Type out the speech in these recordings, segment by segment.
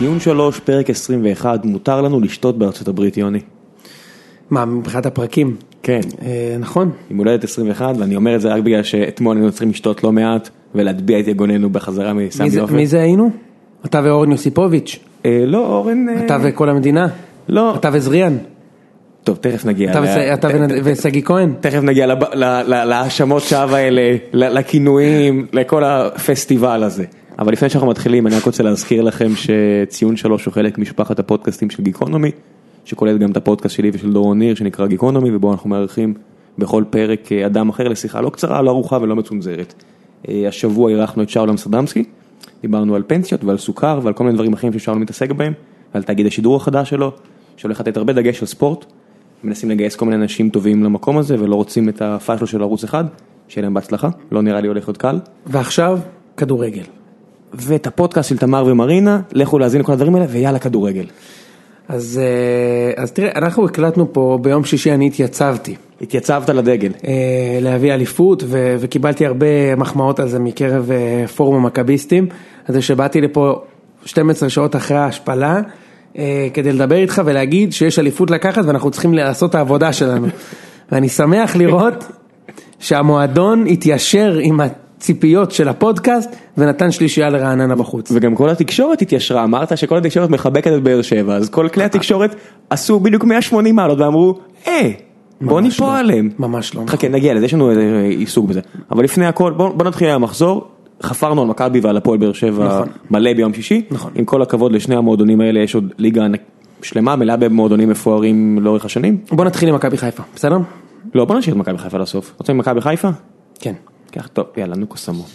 ציון 3, פרק 21, מותר לנו לשתות בארצות הברית, יוני. מה, מבחינת הפרקים? כן. נכון. עם הולדת 21, ואני אומר את זה רק בגלל שאתמול היינו צריכים לשתות לא מעט, ולהטביע את יגוננו בחזרה מסמי אופן. מי זה היינו? אתה ואורן יוסיפוביץ'. לא, אורן... אתה וכל המדינה? לא. אתה וזריאן? טוב, תכף נגיע. אתה וסגי כהן? תכף נגיע להאשמות שווא האלה, לכינויים, לכל הפסטיבל הזה. אבל לפני שאנחנו מתחילים, אני רק רוצה להזכיר לכם שציון 3 הוא חלק משפחת הפודקאסטים של גיקונומי, שכולל גם את הפודקאסט שלי ושל דורון ניר, שנקרא גיקונומי, ובו אנחנו מארחים בכל פרק אדם אחר לשיחה לא קצרה, לא ארוכה ולא מצונזרת. השבוע אירחנו את שאול אמסטרדמסקי, דיברנו על פנסיות ועל סוכר ועל כל מיני דברים אחרים ששאול מתעסק בהם, ועל תאגיד השידור החדש שלו, שהולך לתת הרבה דגש על ספורט, מנסים לגייס כל מיני אנשים טובים למקום הזה, ולא רוצים את הפאשלו של ערוץ אחד, שיהיה להם בהצלחה, לא נראה לי הולך להיות קל. ועכשיו, כדורגל. ואת הפודקאסט של תמר ומרינה, לכו להזין כל הדברים האלה, ויאללה כדורגל. אז תראה, אנחנו הקלטנו פה ביום שישי, אני התייצבתי. התייצבת לדגל. להביא אליפות, וקיבלתי הרבה מחמאות על זה מקרב פורום המכביסטים, אז שבאתי לפה 12 שעות אחרי ההשפלה, כדי לדבר איתך ולהגיד שיש אליפות לקחת, ואנחנו צריכים לעשות את העבודה שלנו. ואני שמח לראות שהמועדון התיישר עם הציפיות של הפודקאסט, ונתן שלישייה לרעננה בחוץ. וגם כל התקשורת התיישרה, אמרת שכל התקשורת מחבקת את באר שבע, אז כל כלי התקשורת עשו בדיוק 180 מעלות, ואמרו, בוא ניפוע עליהם. ממש לא. חכה, נגיע לזה, יש לנו עיסוק בזה. אבל לפני הכל, בוא נתחיל מהמחזור, חפרנו על מכבי ועל הפועל באר שבע מלא ביום שישי, עם כל הכבוד לשני המועדונים האלה, יש עוד ליגה שלמה, מלאה במועדונים מפוארים לאורך השנים. בוא נתחיל עם מכבי חיפה, בסדר? לא, בוא נשאיר את מכבי חיפה לסוף. רוצים עם מכבי חיפה? כן. כך, טוב, יאללה, נו קוסמו.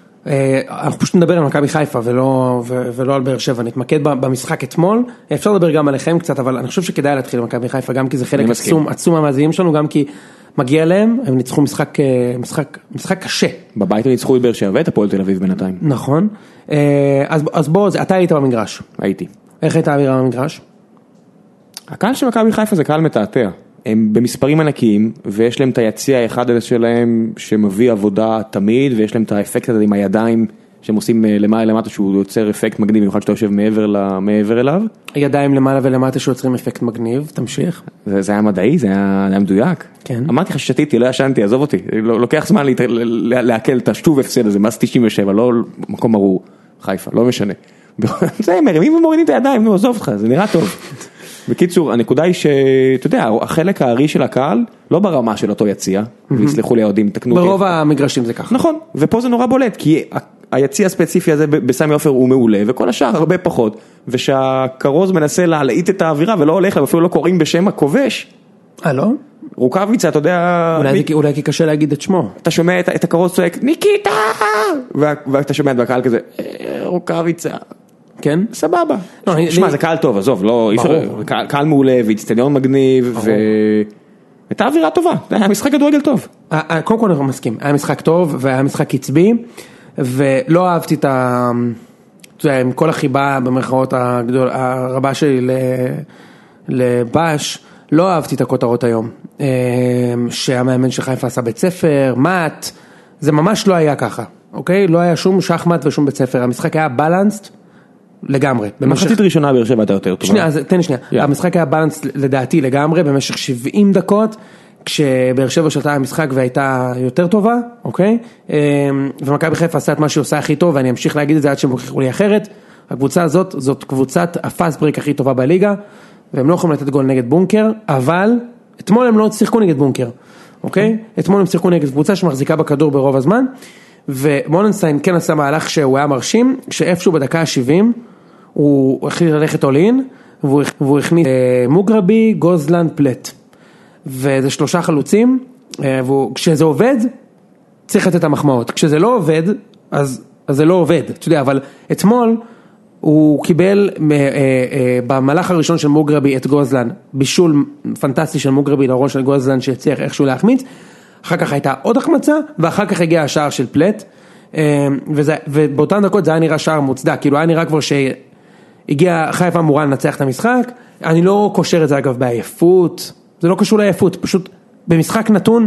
אנחנו פשוט נדבר על מכבי חיפה ולא על באר שבע, נתמקד במשחק אתמול, אפשר לדבר גם עליכם קצת, אבל אני חושב שכדאי להתחיל עם מכבי חיפה, גם כי זה חלק עצום מהמאזינים שלנו, גם כי מגיע להם, הם ניצחו משחק קשה. בבית הם ניצחו את באר שבע ואת הפועל תל אביב בינתיים. נכון. אז בוא, אתה היית במגרש. הייתי. איך הייתה האווירה במגרש? הקהל של מכבי חיפה זה קהל מתעתע. הם במספרים ענקיים, ויש להם את היציע האחד הזה שלהם, שמביא עבודה תמיד, ויש להם את האפקט הזה עם הידיים, שהם עושים למעלה למטה, שהוא יוצר אפקט מגניב, במיוחד שאתה יושב מעבר אליו. ידיים למעלה ולמטה שיוצרים אפקט מגניב, תמשיך. זה היה מדעי, זה היה מדויק. כן. אמרתי לך ששתיתי, לא ישנתי, עזוב אותי. לוקח זמן להקל את השטוב הפסד הזה, מאז 97, לא מקום ארור, חיפה, לא משנה. זה מרימים ומורידים את הידיים, נו, עזוב אותך, זה נראה טוב. בקיצור, הנקודה היא שאתה יודע, החלק הארי של הקהל, לא ברמה של אותו יציע, ויסלחו לי העודים, תקנו ברוב המגרשים זה ככה. נכון, ופה זה נורא בולט, כי היציע הספציפי הזה בסמי עופר הוא מעולה, וכל השאר הרבה פחות, ושהכרוז מנסה להלעיט את האווירה, ולא הולך, אפילו לא קוראים בשם הכובש. לא? רוקאביצה, אתה יודע... אולי כי קשה להגיד את שמו. אתה שומע את הכרוז צועק, ניקיטה! ואתה שומע את בקהל כזה, רוקאביצה. כן? סבבה. שמע, זה קהל טוב, עזוב, לא, קהל מעולה, ואיצטדיון מגניב, והייתה אווירה טובה, היה משחק כדורגל טוב. קודם כל אנחנו מסכים, היה משחק טוב, והיה משחק קצבי, ולא אהבתי את עם כל החיבה במרכאות הרבה שלי לבש, לא אהבתי את הכותרות היום, שהמאמן של חיפה עשה בית ספר, מת, זה ממש לא היה ככה, אוקיי? לא היה שום שחמט ושום בית ספר, המשחק היה בלנסט, לגמרי. במחצית ראשונה באר שבע הייתה יותר טובה. שנייה, תן לי שנייה. המשחק היה בלנס לדעתי לגמרי במשך 70 דקות, כשבאר שבע שלטה המשחק והייתה יותר טובה, אוקיי? ומכבי חיפה עשה את מה שהיא עושה הכי טוב, ואני אמשיך להגיד את זה עד שהם הוכיחו לי אחרת. הקבוצה הזאת, זאת קבוצת הפאסט ברייק הכי טובה בליגה, והם לא יכולים לתת גול נגד בונקר, אבל אתמול הם לא שיחקו נגד בונקר, אוקיי? אתמול הם שיחקו נגד קבוצה שמחזיקה בכדור ברוב הזמן, ומולנשטיין כן עשה מהלך שהוא היה מרשים, שאיפשהו בדקה ה-70, הוא החליט ללכת אולין, והוא הכניס מוגרבי, גוזלן, פלט. וזה 3 חלוצים, כשזה עובד, צריך לתת את המחמאות. כשזה לא עובד, אז זה לא עובד, אתה יודע, אבל אתמול הוא קיבל במהלך הראשון של מוגרבי את גוזלן, בישול פנטסטי של מוגרבי לראש של גוזלן שהצליח איכשהו להחמיץ, אחר כך הייתה עוד החמצה, ואחר כך הגיע השער של פלט, ובאותן דקות זה היה נראה שער מוצדק, כאילו היה נראה כבר שהגיע חיפה אמורה לנצח את המשחק, אני לא קושר את זה אגב בעייפות, זה לא קשור לעייפות, פשוט במשחק נתון,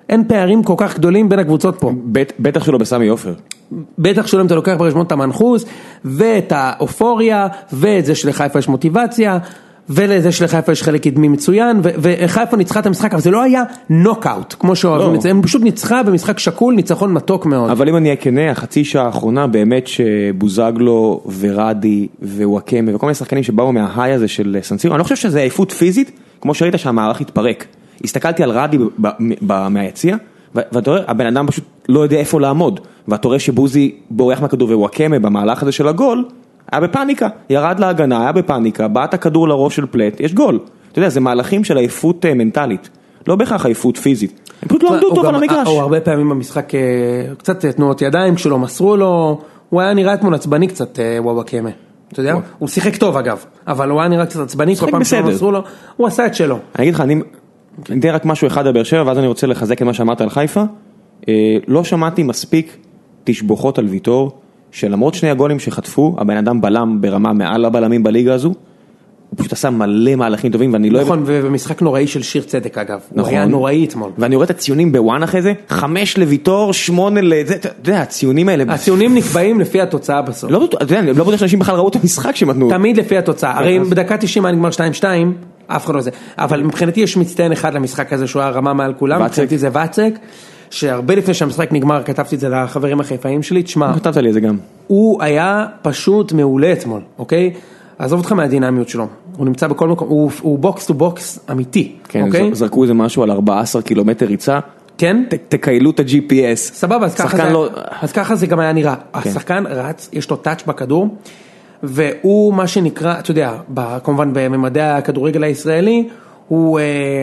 אין פערים כל כך גדולים בין הקבוצות פה. בטח שלא בסמי עופר. בטח שלא אם אתה לוקח ברשמות את המנחוס, ואת האופוריה, ואת זה שלחיפה יש מוטיבציה, ולזה שלחיפה יש חלק קדמי מצוין, וחיפה ניצחה את המשחק, אבל זה לא היה נוקאוט, כמו שאוהבים את זה, הם פשוט ניצחה במשחק שקול, ניצחון מתוק מאוד. אבל אם אני אכנה, החצי שעה האחרונה, באמת שבוזגלו ורדי ווואקמה, וכל מיני שחקנים שבאו מההיי הזה של סנסירו, אני לא חושב שזה עייפות פיזית, כמו שראית שהמערך התפרק. הסתכלתי על רדי מהיציע, ואתה רואה, הבן אדם פשוט לא יודע איפה לעמוד, ואתה רואה שבוזי בורח מהכדור ווואקמה במהלך הזה של הגול, היה בפאניקה, ירד להגנה, היה בפאניקה, באת הכדור לראש של פלט, יש גול. אתה יודע, זה מהלכים של עייפות מנטלית, לא בהכרח עייפות פיזית. הם פשוט לא עמדו טוב על המגרש. או הרבה פעמים במשחק, קצת תנועות ידיים, כשלא מסרו לו, הוא היה נראה אתמול עצבני קצת, וואקמה. אתה יודע? הוא שיחק טוב אגב, אבל הוא היה נראה קצת עצבני, כל פעם שלא מסרו לו, הוא עשה את שלו. אני אגיד לך, אני אתן רק משהו אחד על באר שבע, ואז אני רוצה לחזק את מה שאמרת על חיפה. לא שמעתי מספיק תשבוכות על ויטור, שלמרות שני הגולים שחטפו, הבן אדם בלם ברמה מעל הבלמים בליגה הזו, הוא פשוט עשה מלא מהלכים טובים, ואני לא... נכון, ובמשחק נוראי של שיר צדק אגב, הוא היה נוראי אתמול. ואני רואה את הציונים בוואן אחרי זה, 5 לויטור, 8 לזה, אתה יודע, הציונים האלה... הציונים נקבעים לפי התוצאה בסוף. לא בטוח שאנשים בכלל ראו את המשחק שמתנו. תמיד לפי התוצאה, הרי בדקה 90 היה נגמר 2-2, אף אחד לא זה. אבל מבחינתי יש מצטיין אחד למשחק הזה, שהוא היה רמה מעל כולם, מבחינתי זה ואצק, שהרבה לפני שהמשחק נגמר, כתבתי את זה לחברים החיפאים שלי, תשמע, כתבת לי את זה גם. הוא היה פשוט מעולה אתמול, אוקיי? עזוב אותך מהדינמיות שלו, הוא נמצא בכל מקום, הוא בוקס טו בוקס אמיתי, כן, זרקו איזה משהו על 14 קילומטר ריצה, כן? תקיילו את ה-GPS. סבבה, אז ככה זה גם היה נראה, השחקן רץ, יש לו טאץ' בכדור, והוא מה שנקרא, אתה יודע, כמובן בממדי הכדורגל הישראלי, הוא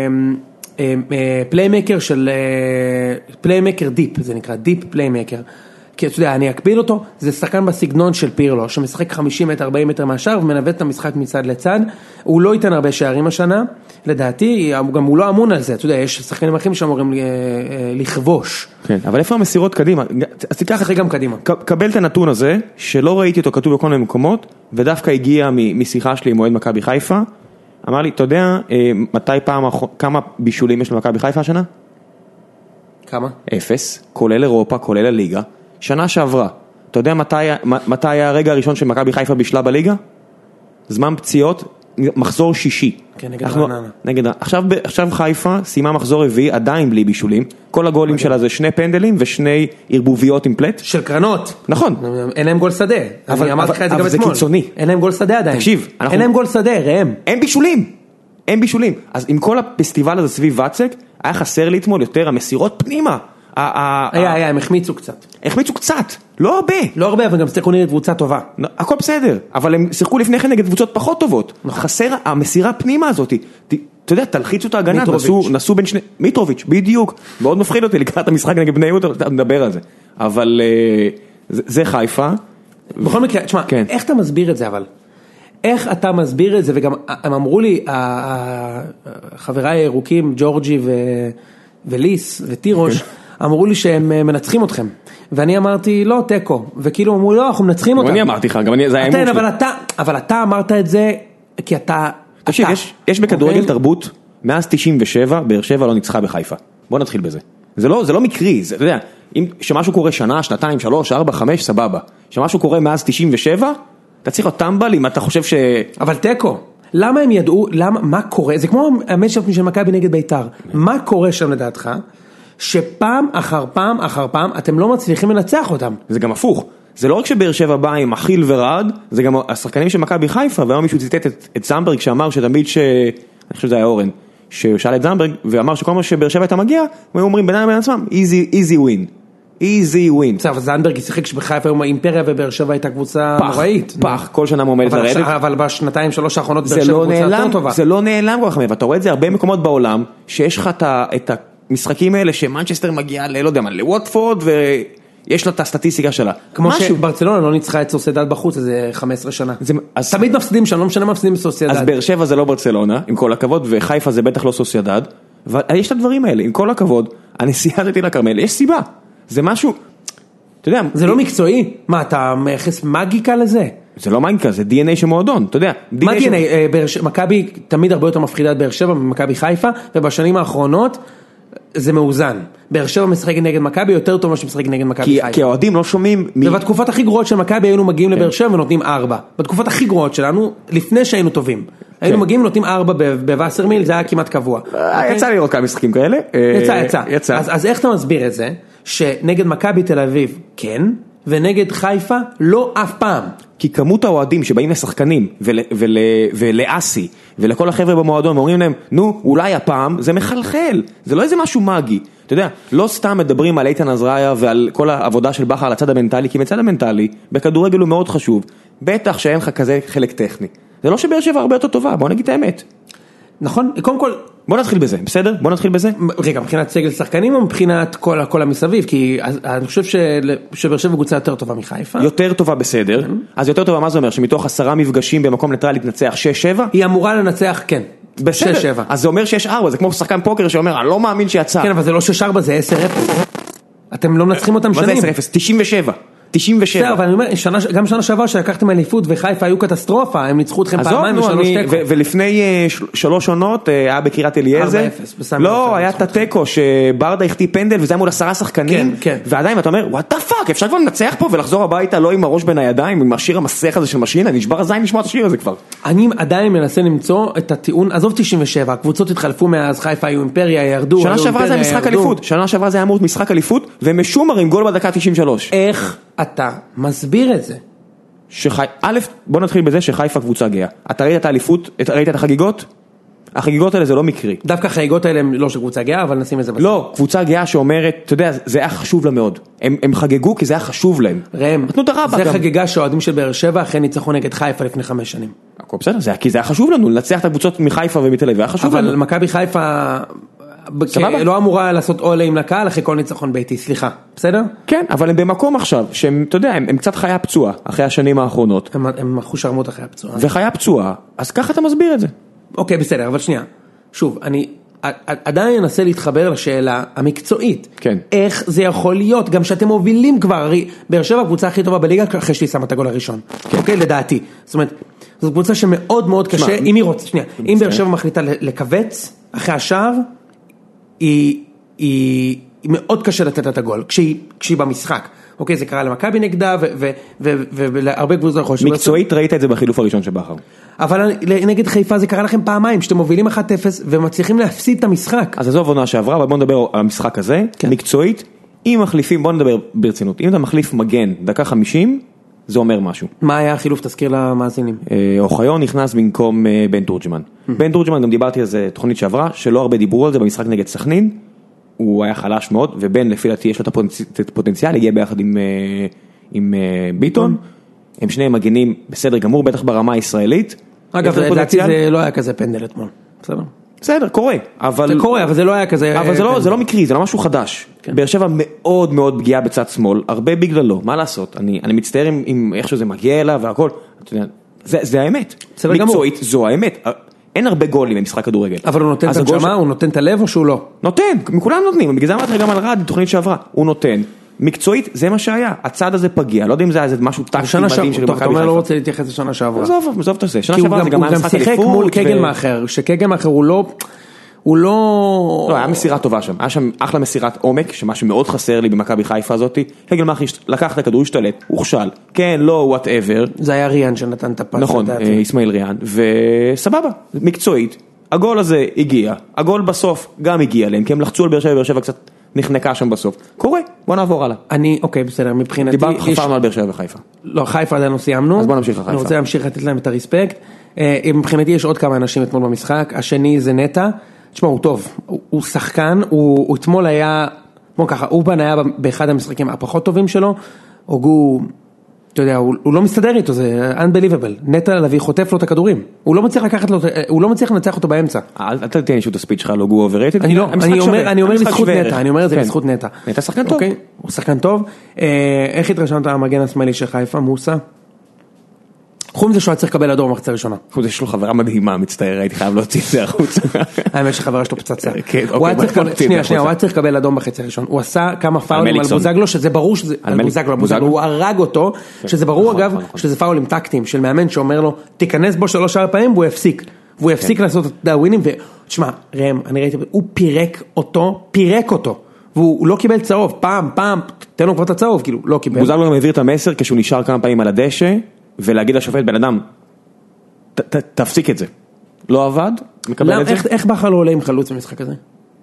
פליימקר של, פליימקר דיפ, זה נקרא דיפ פליימקר, כי אתה יודע, אני אקביל אותו, זה שחקן בסגנון של פירלו, שמשחק 50 מטר, 40 מטר מהשאר, ומנווט את המשחק מצד לצד, הוא לא ייתן הרבה שערים השנה, לדעתי, גם הוא לא אמון על זה, אתה יודע, יש שחקנים אחרים שאמורים לכבוש. כן, אבל איפה המסירות קדימה? אז תיקח את זה גם קדימה. קבל את הנתון הזה, שלא ראיתי אותו כתוב בכל מיני מקומות, ודווקא הגיע משיחה שלי עם מועד מכבי חיפה, אמר לי, אתה יודע, כמה בישולים יש למכבי חיפה השנה? כמה? 0, כולל אירופה, כולל הליגה. שנה שעברה. אתה יודע מתי היה הרגע הראשון של מכבי חיפה בישלה בליגה? זמן פציעות, מחזור שישי. כן, נגד רעננה. עכשיו חיפה סיימה מחזור רביעי, עדיין בלי בישולים. כל הגולים שלה זה 2 פנדלים ושני ערבוביות עם פלט. של קרנות. נכון. אין להם גול שדה. אבל זה קיצוני. אין להם גול שדה עדיין. תקשיב. אין להם גול שדה, ראם. אין בישולים. אז עם כל הפסטיבל הזה סביב ואצק, היה חסר לי אתמול יותר המסירות פנימה. הם החמיצו קצת, לא הרבה, אבל גם שיחקו נגד קבוצה טובה. הכל בסדר, אבל הם שיחקו לפני כן נגד קבוצות פחות טובות. חסר המסירה פנימה הזאת. אתה יודע, תלחיצו את ההגנה, נסו בין שני, מיטרוביץ', בדיוק, מאוד מפחיד אותי לקראת המשחק נגד בני יהודה, אתה מדבר על זה. אבל זה חיפה. בכל מקרה, תשמע, איך אתה מסביר את זה אבל? איך אתה מסביר את זה, וגם הם אמרו לי, חבריי הירוקים, ג'ורג'י וליס וטירוש, אמרו לי שהם מנצחים אתכם, ואני אמרתי לא, טקו, וכאילו אמרו לא, אנחנו מנצחים אותם. אני אמרתי לך, גם זה האמון שלי. אבל אתה אמרת את זה, כי אתה... תקשיב, יש בכדורגל תרבות, מאז 97, באר שבע לא ניצחה בחיפה. בוא נתחיל בזה. זה לא מקרי, אתה יודע, שמשהו קורה שנה, שנתיים, 3, 4, 5, סבבה. שמשהו קורה מאז 97, אתה צריך להיות טמבל אם אתה חושב ש... אבל טקו, למה הם ידעו, מה קורה, זה כמו המשחק של מכבי נגד ביתר, מה קורה שם לדעתך, שפעם אחר פעם אחר פעם אתם לא מצליחים לנצח אותם. זה גם הפוך, זה לא רק שבאר שבע בא עם אכיל ורעד, זה גם השחקנים של מכבי חיפה, והיום מישהו ציטט את זמברג שאמר שתמיד אני חושב שזה היה אורן, ששאל את זמברג ואמר שכל מה שבאר שבע הייתה מגיע, הם אומרים בינם בין עצמם, easy win. easy win. בסדר, זנברג ישחק שבחיפה היום האימפריה ובאר שבע הייתה קבוצה נוראית. פח, כל שנה מועמדת לרדת. אבל בשנתיים שלוש האחרונות באר שבע קבוצה יותר טובה. זה לא נעלם כל כך מהר, ואתה רואה את זה הרבה מקומות בעולם, שיש לך את המשחקים האלה שמנצ'סטר מגיע לא יודע מה, לווטפורד ויש לה את הסטטיסטיקה שלה. כמו שברצלונה לא ניצחה את סוסיידד בחוץ איזה 15 שנה. תמיד מפסידים שם, לא משנה מפסידים בסוסיידד. אז באר שבע זה לא ברצלונה, עם כל הכבוד, וחיפה זה בטח לא סוסיידד, ויש את הדברים האלה, עם כל הכבוד, הנסיעה הזאת לכרמל, יש סיבה. זה משהו, אתה יודע, זה לא מקצועי. מה, אתה מייחס מגיקה לזה? זה לא מגיקה, זה DNA של מועדון, אתה יודע. מה DNA? מכבי תמיד הרבה יותר מפחידה את באר שבע ממכבי חיפה, ובשנים האחרונות, זה מאוזן. באר שבע משחק נגד מכבי יותר טוב ממה שמשחק נגד מכבי חיפה. כי האוהדים לא שומעים... ובתקופות הכי גרועות של מכבי היינו מגיעים לבאר שבע ונותנים 4. בתקופות הכי גרועות שלנו, לפני שהיינו טובים. היינו מגיעים ונותנים 4 בווסרמיל, זה היה כמעט קבוע. יצא לראות כמה משחקים כאלה. יצא. אז איך אתה מסביר את זה, שנגד מכבי תל אביב כן, ונגד חיפה לא אף פעם? כי כמות האוהדים שבאים לשחקנים ולאסי ולכל החבר'ה במועדון ואומרים להם, נו, אולי הפעם, זה מחלחל, זה לא איזה משהו מגי. אתה יודע, לא סתם מדברים על איתן עזריה ועל כל העבודה של בכר על הצד המנטלי, כי מצד המנטלי, בכדורגל הוא מאוד חשוב. בטח שאין לך כזה חלק טכני. זה לא שבאר שבע הרבה יותר טובה, בוא נגיד את האמת. נכון, קודם כל... בוא נתחיל בזה, בסדר? בוא נתחיל בזה. רגע, מבחינת סגל שחקנים או מבחינת כל המסביב? כי אני חושב שבאר שבע קבוצה יותר טובה מחיפה. יותר טובה בסדר. אז יותר טובה, מה זה אומר? שמתוך 10 מפגשים במקום ניטרלי תנצח 6-7? היא אמורה לנצח, כן. בסדר. 6-7. אז זה אומר 6-4, זה כמו שחקן פוקר שאומר, אני לא מאמין שיצא. כן, אבל זה לא 6-4, זה 10-0. אתם לא מנצחים אותם שנים. מה זה 10-0? 97. 97. אבל אני אומר, גם שנה שעבר שלקחתם אליפות וחיפה היו קטסטרופה, הם ניצחו אתכם פעמיים ושלוש תיקו. ולפני 3 עונות היה בקריית אליעזר. 4-0. לא, היה את התיקו שברדה החטיא פנדל וזה היה מול 10 שחקנים. ועדיין אתה אומר, what the fuck, אפשר כבר לנצח פה ולחזור הביתה לא עם הראש בין הידיים, עם השיר המסך הזה של משינה, נשבר הזין לשמוע את השיר הזה כבר. אני עדיין מנסה למצוא את הטיעון, עזוב 97, הקבוצות התחלפו מאז, חיפה היו אימפריה, ירדו. שנה שעברה זה משחק אליפות, שנה שעברה זה היה אמור משחק אליפות, ומשומרים גול בדקה 93. איך אתה מסביר את זה? א', בוא נתחיל בזה שחיפה קבוצה גאה. אתה ראית את האליפות, ראית את החגיגות? החגיגות האלה זה לא מקרי. דווקא החגיגות האלה הם לא של קבוצה גאה, אבל נשים את זה בסדר. לא, קבוצה גאה שאומרת, אתה יודע, זה היה חשוב לה מאוד. הם חגגו כי זה היה חשוב להם. ראם, זה חגיגה שהאוהדים של באר שבע אחרי ניצחו נגד חיפה לפני 5 שנים. הכל בסדר, כי זה היה חשוב לנו, לנצח את הקבוצות מחיפה ומתל אביב, היה חשוב לנו. אבל מכבי חיפה לא אמורה לעשות עולים לקהל אחרי כל ניצחון ביתי, סליחה, בסדר? כן, אבל הם במקום עכשיו, שהם, אתה יודע, הם קצת חיה פצועה אחרי השנים האחרונות. הם אחו שרמות אחרי הפצועה. וחיה פצועה, אז ככה אתה מסביר את זה. אוקיי, בסדר, אבל שנייה. שוב, אני עדיין אנסה להתחבר לשאלה המקצועית. כן. איך זה יכול להיות, גם שאתם מובילים כבר, הרי באר שבע הקבוצה הכי טובה בליגה, אחרי שהיא שמה את הגול הראשון. אוקיי, לדעתי. זאת אומרת, זו קבוצה שמאוד מאוד קשה, אם היא רוצה, שנייה, אם באר שבע מחליטה לקבץ אחרי השער, היא מאוד קשה לתת את הגול, כשהיא במשחק. אוקיי, זה קרה למכבי נגדה, והרבה קבוצות יכול... מקצועית ראית את זה בחילוף הראשון שבחר. אבל נגד חיפה זה קרה לכם פעמיים, שאתם מובילים 1-0 ומצליחים להפסיד את המשחק. אז עזוב עונה שעברה, אבל בוא נדבר על המשחק הזה. מקצועית, אם מחליפים, בוא נדבר ברצינות, אם אתה מחליף מגן דקה 50, זה אומר משהו. מה היה החילוף, תזכיר למאזינים? אוחיון נכנס במקום בן תורג'מן. בן תורג'מן, גם דיברתי על זה תוכנית שעברה, שלא הרבה דיברו על זה במשחק נגד סכנין, הוא היה חלש מאוד, ובן לפי דעתי יש לו את הפוטנציאל, הגיע ביחד עם ביטון, הם שניהם מגנים בסדר גמור, בטח ברמה הישראלית. אגב, לדעתי זה לא היה כזה פנדל אתמול, בסדר? בסדר, קורה. זה קורה, אבל זה לא היה כזה... אבל זה לא מקרי, זה לא משהו חדש. באר שבע מאוד מאוד פגיעה בצד שמאל, הרבה בגללו, מה לעשות? אני מצטער עם איך שזה מגיע אליו והכל, זה האמת. מקצועית, זו האמת. אין הרבה גולים במשחק כדורגל. אבל הוא נותן את הנשמה, הוא נותן את הלב או שהוא לא? נותן, מכולם נותנים, בגלל זה אמרתי גם על רד, תוכנית שעברה, הוא נותן. מקצועית, זה מה שהיה, הצד הזה פגיע, לא יודע אם זה היה משהו טקטי מדהים של מכבי חיפה. אתה אומר לא רוצה להתייחס לשנה שעברה. עזוב את זה, שנה שעברה זה גם היה משחק אליפות. מול קגלמאכר, שקגלמאכר הוא לא... לא, היה מסירה טובה שם, היה שם אחלה מסירת עומק, שמה שמאוד חסר לי במכבי חיפה הזאת, קגלמאכר לקח את הכדור, השתלט, הוכשל, כן, לא, whatever. זה היה ריאן שנתן את הפס. נכון, איסמעיל ריאן, וסבבה, מקצועית, הגול הזה הגיע, הגול בסוף גם הגיע להם, כי הם לחצו על באר שבע קצת נחנקה שם בסוף. קורה, בוא נעבור הלאה. אוקיי, בסדר, מבחינתי... חפרנו על באר שבע וחיפה. לא, חיפה עדיין לא סיימנו. אז בוא נמשיך לחיפה. אני רוצה להמשיך לתת להם את הרספקט. מבחינתי יש עוד כמה אנשים אתמול במשחק, השני זה נטע. תשמע, הוא טוב, הוא שחקן, הוא אתמול היה, כמו ככה, אובן היה באחד המשחקים הפחות טובים שלו, הוא, אתה יודע, הוא לא מסתדר איתו, זה unbelievable, נטע לביא חוטף לו את הכדורים, הוא לא מצליח לנצח אותו באמצע. אל תתן איזשהו את הספיץ' שלך, לא הוא overrated. אני אומר לזכות נטע, אני אומר את זה לזכות נטע. נטע שחקן טוב. הוא שחקן טוב. איך התרשמת המגן השמאלי של חיפה, מוסה? חום זה שהוא היה צריך לקבל אדום במחצית הראשונה. חום זה יש לו חברה מדהימה, מצטער, הייתי חייב להוציא את זה החוצה. האמת שחברה שלו פצצה. הוא היה צריך לקבל אדום בחצי הראשון. הוא עשה כמה פאולים על בוזגלו, שזה ברור שזה... על בוזגלו, הוא הרג אותו, שזה ברור אגב, שזה פאולים טקטיים של מאמן שאומר לו, תיכנס בו 3-4 פעמים והוא הפסיק. והוא יפסיק לעשות את הווינים, ותשמע, ראם, אני ראיתי, הוא פירק אותו, והוא לא קיבל צהוב, פעם, תן לו כבר את הצהוב, כאילו, לא קיבל. בוזגלו גם העביר את המסר כשהוא נשאר כמה פעמים על הדשא, ולהגיד לשופט, בן אדם, תפסיק את זה. לא עבד, מקבל את זה. איך בכר לא עולה עם חלוץ במשחק הזה?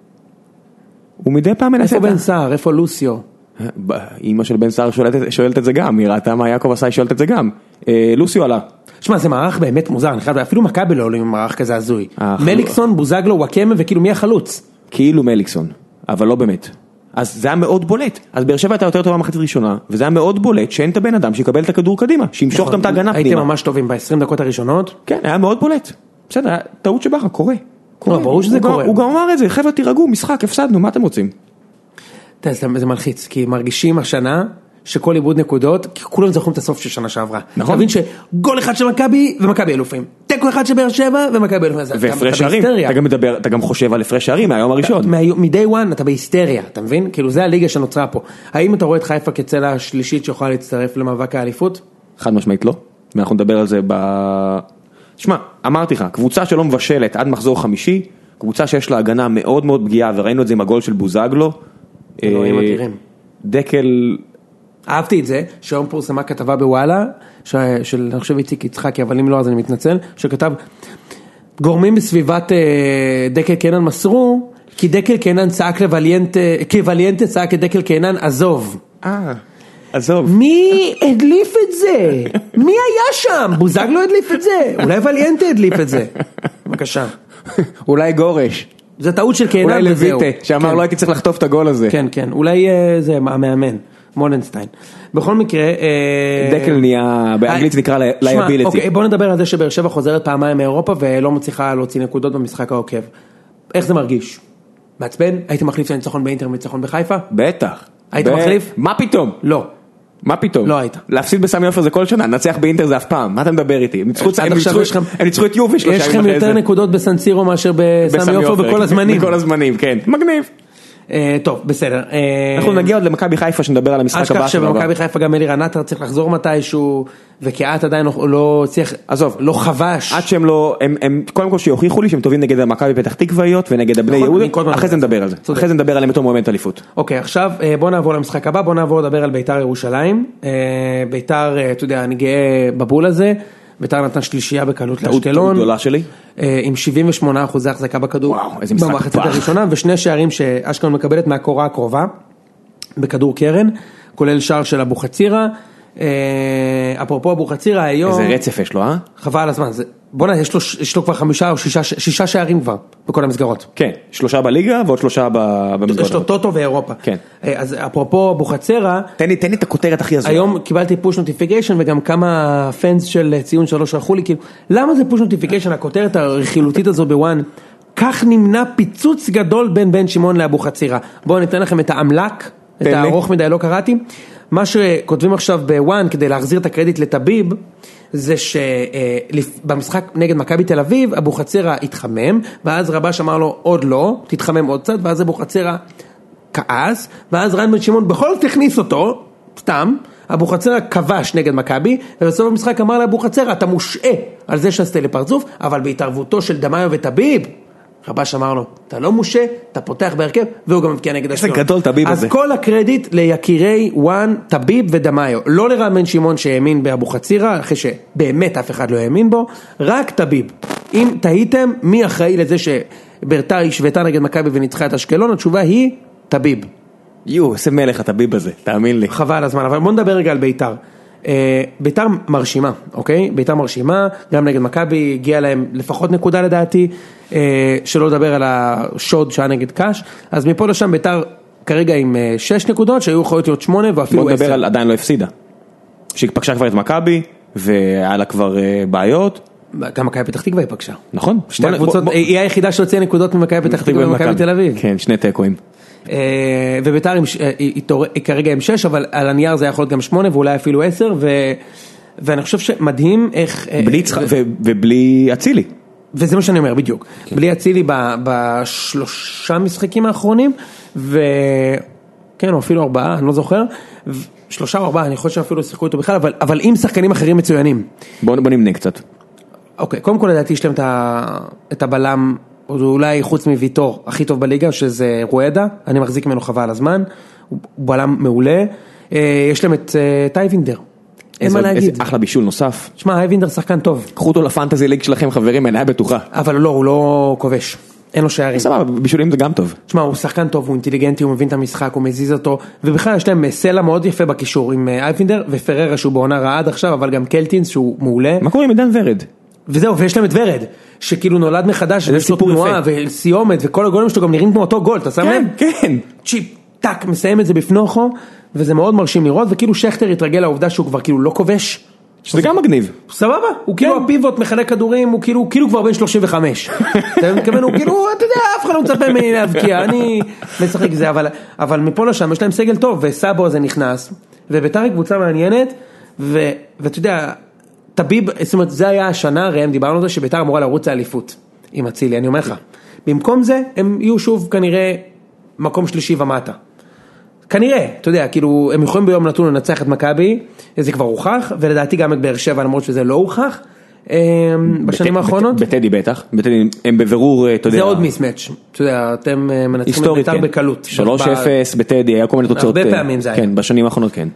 הוא מדי פעם מנסה. איפה בן סער, איפה לוסיו? אמא של בן סער שואלת את זה גם, היא ראתה מה יעקב עשה, היא שואלת את זה גם. לוסיו עלה. שמע, זה מערך באמת מוזר, אפילו מכבי לא עולים עם מערך כזה הזוי. מליקסון, בוזגלו, וואקמה, וכאילו מי החלוץ? כאילו מליקסון, אבל לא באמת. אז זה היה מאוד בולט. אז באר שבע הייתה יותר טובה מחצית ראשונה, וזה היה מאוד בולט שאין את הבן אדם שיקבל את הכדור קדימה, שימשוך גם את ההגנה פנימה. הייתם ממש טובים ב-20 דקות הראשונות? כן, היה מאוד בולט. בסדר, טעות שבכר, קורה. ברור שזה קורה. הוא גם אמר את זה, חבר'ה תירגעו, משחק, הפסדנו, מה אתם רוצים? זה מלחיץ, כי מרגישים השנה שכל איבוד נקודות, כי כולם זוכרים את הסוף של שנה שעברה. נכון. תבין שגול אחד של מכבי ומכבי אלופים. תיקו אחד של באר שבע ומכבי אלופים. והפרש שערים. אתה גם חושב על הפרש שערים מהיום הראשון. מ-day one אתה בהיסטריה, אתה מבין? כאילו זה הליגה שנוצרה פה. האם אתה רואה את חיפה כצלע השלישית שיכולה להצטרף למאבק האליפות? חד משמעית לא. אנחנו נדבר על זה שמע, אמרתי לך, קבוצה שלא מבשלת עד מחזור חמישי, קבוצה שיש לה הגנה מאוד מאוד פגיעה, וראינו את זה עם הגול של בוזגלו. אלוהים אדירים. דקל... אהבתי את זה, שהיום פורסמה כתבה בוואלה, של אני חושב איציק יצחקי, אבל אם לא אז אני מתנצל, שכתב, גורמים בסביבת דקל קינן מסרו, כי דקל קינן צעק לווליינטה, כי ווליינטה צעק את דקל קינן, עזוב. עזוב. מי הדליף את זה? מי היה שם? בוזגלו הדליף את זה? אולי ווליינטה הדליף את זה? בבקשה. אולי גורש. זה טעות של קינן אולי לויטה, שאמר לא הייתי צריך לחטוף את הגול הזה. כן, כן, אולי זה המאמן. מולנשטיין. בכל מקרה... דקל נהיה, באנגלית זה נקרא liability. אוקיי, בוא נדבר על זה שבאר שבע חוזרת פעמיים מאירופה ולא מצליחה להוציא נקודות במשחק העוקב. איך זה מרגיש? מעצבן? הייתי מחליף של ניצחון באינטר וניצחון בחיפה? בטח. היית מחליף? מה פתאום? לא. מה פתאום? לא היית. להפסיד בסמי עופר זה כל שנה, נצח באינטר זה אף פעם. מה אתה מדבר איתי? הם ניצחו את יובי 3 יש לכם יותר נקודות בסנסירו מאשר בסמי עופר בכל הזמנים. בכל הזמנים, כן. מגניב. טוב, בסדר. אנחנו נגיע עוד למכבי חיפה שנדבר על המשחק הבא. אשכח שבמכבי חיפה גם אלירן עטר צריך לחזור מתישהו, וכעת עדיין לא צריך, עזוב, לא חבש. עד שהם לא, הם קודם כל שיוכיחו לי שהם טובים נגד המכבי פתח תקוויות ונגד הבני יהודה, אחרי זה נדבר על זה. אחרי זה נדבר עליהם אותו מומנט אליפות. אוקיי, עכשיו בוא נעבור למשחק הבא, בוא נעבור לדבר על ביתר ירושלים. ביתר, אתה יודע, אני גאה בבול הזה. ביתר נתן שלישייה בקלות לאשקלון. טעות גדולה שלי. עם 78% החזקה בכדור. וואו, איזה משחק במחצית הראשונה, ושני שערים שאשקלון מקבלת מהקורה הקרובה, בכדור קרן, כולל שער של אבו חצירה. אפרופו אבו חצירה היום... איזה רצף יש לו, חבל על הזמן. בוא נראה, יש לו כבר 5 או 6 שערים כבר, בכל המסגרות. כן, 3 בליגה ועוד 3 במסגרות. יש לו טוטו ואירופה. כן. אז אפרופו אבו חצירה... תן לי את הכותרת הכי הזו. היום קיבלתי פוש נוטיפיקיישן, וגם כמה פנס של ציון 3 שלחו לי, כאילו, למה זה פוש נוטיפיקיישן, הכותרת הרכילותית הזו בוואן? כך נמנע פיצוץ גדול בין בן שמעון לאבו חצירה. בואו ניתן לכם את העמלק, את הארוך מדי, לא קראתי. מה שכותבים עכשיו בוואן, כדי להחזיר את הקרדיט לטביב, זה שבמשחק נגד מכבי תל אביב, אבו חצירה התחמם, ואז רבש אמר לו, עוד לא, תתחמם עוד קצת, ואז אבו חצירה כעס, ואז רן בן שמעון בכל זאת הכניס אותו, סתם, אבו חצירה כבש נגד מכבי, ובסוף המשחק אמר לאבו חצירה, אתה מושעה על זה שעשתה לפרצוף, אבל בהתערבותו של דמאיו וטביב, רבש אמר לו, אתה לא מושה, אתה פותח בהרכב, והוא גם מבקיע נגד אשקלון. איזה גדול טביב הזה. אז כל הקרדיט ליקירי וואן, טביב ודמאיו. לא לרן בן שמעון שהאמין באבו חצירה, אחרי שבאמת אף אחד לא האמין בו, רק טביב. אם תהיתם, מי אחראי לזה שביתר השוותה נגד מכבי וניצחה את אשקלון, התשובה היא טביב. איזה מלך הטביב הזה, תאמין לי. חבל הזמן, אבל בוא נדבר רגע על ביתר. ביתר מרשימה, אוקיי? ביתר מרשימה, גם נגד מכבי הגיע להם לפחות נקודה לדעתי, שלא לדבר על השוד שהיה נגד קש, אז מפה לשם ביתר כרגע עם 6 נקודות, שהיו יכולות להיות 8 ואפילו 10. בוא נדבר על עדיין לא הפסידה, שהיא פגשה כבר את מכבי, והיה לה כבר בעיות. גם מכבי פתח תקווה היא פגשה. נכון. שתי הקבוצות, היא היחידה שהוציאה נקודות ממכבי פתח תקווה ומכבי תל אביב. כן, 2 תיקואים. וביתר היא כרגע עם 6, אבל על הנייר זה יכול להיות גם 8 ואולי אפילו 10, ואני חושב שמדהים איך... בלי ובלי אצילי. וזה מה שאני אומר, בדיוק. בלי אצילי ב3 משחקים האחרונים, וכן, או אפילו 4, אני לא זוכר, 3 או 4, אני חושב שאפילו שיחקו איתו בכלל, אבל עם שחקנים אחרים מצוינים. בוא נמנה קצת. אוקיי, קודם כל לדעתי יש להם את הבלם, אולי חוץ מוויטור, הכי טוב בליגה, שזה רואדה, אני מחזיק ממנו חבל הזמן, הוא בלם מעולה, יש להם את טייבינדר, אין מה להגיד. אחלה בישול נוסף. שמע, טייבינדר שחקן טוב. קחו אותו לפנטזי ליג שלכם חברים, אין היה בטוחה. אבל לא, הוא לא כובש, אין לו שערים. סבבה, בישולים זה גם טוב. שמע, הוא שחקן טוב, הוא אינטליגנטי, הוא מבין את המשחק, הוא מזיז אותו, ובכלל יש להם סלע מאוד יפה בקישור, עם אייפינדר ופררה שהוא בעונה רעה עד עכשיו, אבל גם קלטינס שהוא מעולה. מה קורה עם עידן ורד? וזהו, ויש להם את ורד, שכאילו נולד מחדש, ויש לו תנועה וסיומת, וכל הגולים שלו גם נראים כמו אותו גול, אתה שם לב? כן. צ'יפ, טק, מסיים את זה בפנוחו, וזה מאוד מרשים לראות, וכאילו שכטר התרגל לעובדה שהוא כבר כאילו לא כובש. שזה גם מגניב. סבבה, הוא כאילו הפיבוט מחלק כדורים, הוא כאילו כבר בן 35. אתה מתכוון, הוא כאילו, אתה יודע, אף אחד לא מצפה ממני להבקיע, אני משחק זה, אבל מפה לשם יש להם סגל טוב, וסאבו הזה נכנס, וביתר היא קבוצה מעניינת, ואתה יודע, טביב, זאת אומרת, זה היה השנה, ראם דיברנו על זה, שביתר אמורה לרוץ לאליפות, עם אצילי, אני אומר לך. במקום זה, הם יהיו שוב כנראה מקום שלישי ומטה. כנראה, אתה יודע, כאילו, הם יכולים ביום נתון לנצח את מכבי, זה כבר הוכח, ולדעתי גם את באר שבע, למרות שזה לא הוכח, בשנים האחרונות. בטדי בטח, בטדי הם בברור, אתה יודע. זה עוד מיסמץ', אתה יודע, אתם מנצחים את ביתר בקלות. 3-0 בטדי, היה כל מיני תוצאות. הרבה פעמים זה היה. כן, בשנים האחרונות כן.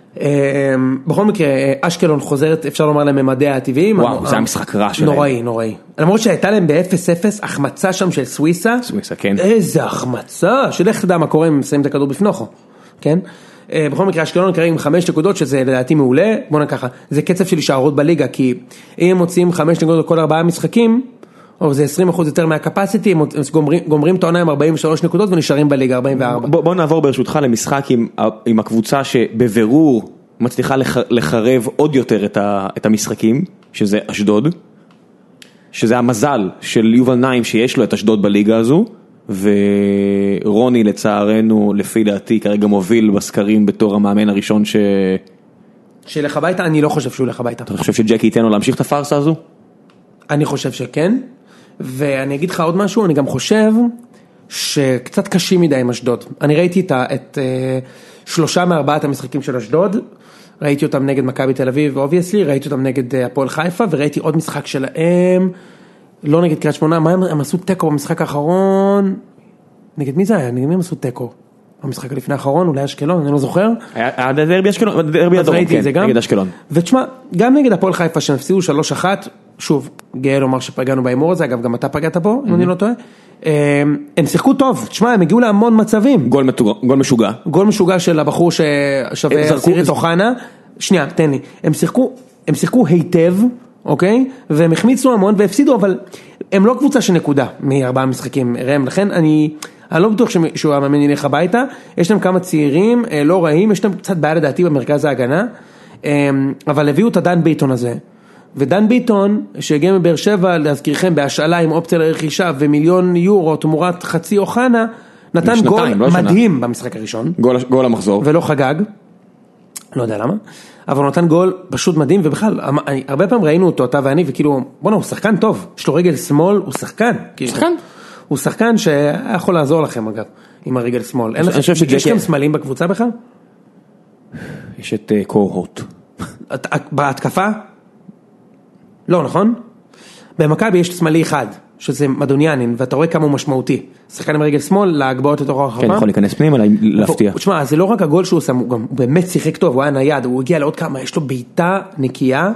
בכל מקרה, אשקלון חוזרת, אפשר לומר להם ממדיה הטבעיים. וואו, זה המשחק רע שלהם. נוראי, נוראי. למרות שהייתה להם ב-0-0, החמצה שם של סוויסה. סוויסה, כן. איזה החמצה, שלך תדע מה קורה אם מסיים את הכדור בפנוחו. כן? בכל מקרה, אשקלון כרגע עם 5 נקודות, שזה לדעתי מעולה. בוא נקחה, זה קצב של הישארות בליגה, כי אם הם מוצאים 5 נקודות לכל 4 משחקים, או זה 20% יותר מהקפסיטי, הם גומרים את העונה עם 43 נקודות ונשארים בליגה 44. בוא נעבור ברשותך למשחק עם הקבוצה שבבירור מצליחה לחרב עוד יותר את המשחקים, שזה אשדוד, שזה המזל של יובל נעים שיש לו את אשדוד בליגה הזו, ורוני לצערנו לפי דעתי כרגע מוביל בסקרים בתור המאמן הראשון שילך הביתה, אני לא חושב שהוא ילך הביתה. אתה חושב שג'קי ייתן לו להמשיך את הפרסה הזו? אני חושב שכן, ואני אגיד לך עוד משהו, אני גם חושב שקצת קשים מדי עם אשדוד. אני ראיתי את 3 מ-4 המשחקים של אשדוד, ראיתי אותם נגד מכבי תל אביב, obviously, ראיתי אותם נגד הפועל חיפה, וראיתי עוד משחק שלהם, לא נגד קריית שמונה, מה הם עשו טקו במשחק האחרון? נגד מי זה היה? נגד מי הם עשו טקו? במשחק לפני האחרון, אולי אשקלון, אני לא זוכר. היה דרבי אשקלון, דרבי הדרום, כן, נגד אשקלון. ותשמע, גם נגד הפועל חיפה שהם הפסידו 3-1, שוב, גאה לומר שפגענו באימור הזה, אגב, גם אתה פגעת פה, אם אני לא טועה. הם שיחקו טוב, תשמע, הם הגיעו להמון מצבים. גול משוגע. גול משוגע של הבחור ששווה סירית אוחנה. שנייה, תן לי. הם שיחקו היטב, אוקיי? והם החמיצו המון והפסידו, אבל הם לא קבוצה של נקודה מ4 משחקים, רם. לכן אני לא בטוח שהוא המאמן ילך הביתה. יש להם כמה צעירים, לא רעים, יש להם קצת בעיה לדעתי במרכז ההגנה, אבל הביאו את דן ביטון הזה. ודן ביטון, שהגיע מבאר שבע, להזכירכם, בהשאלה עם אופציה לרכישה ומיליון יורו תמורת חצי אוחנה, נתן גול מדהים במשחק הראשון. גול המחזור. ולא חגג. לא יודע למה. אבל הוא נתן גול פשוט מדהים, ובכלל, הרבה פעמים ראינו אותו, אתה ואני, וכאילו, בוא'נה, הוא שחקן טוב. יש לו רגל שמאל, הוא שחקן. שחקן? הוא שחקן שהיה יכול לעזור לכם, אגב, עם הרגל שמאל. יש לכם שמאלים בקבוצה בכלל? יש את קורהוט. בהתקפה? לא, נכון? במכבי יש שמאלי אחד, שזה מדוניאנין, ואתה רואה כמה הוא משמעותי. שחקן עם רגל שמאל, להגבהות לתוך הרחבה. כן, יכול להיכנס פנימה, להפתיע. תשמע, זה לא רק הגול שהוא שם, הוא באמת שיחק טוב, הוא היה נייד, הוא הגיע לעוד כמה, יש לו בעיטה נקייה,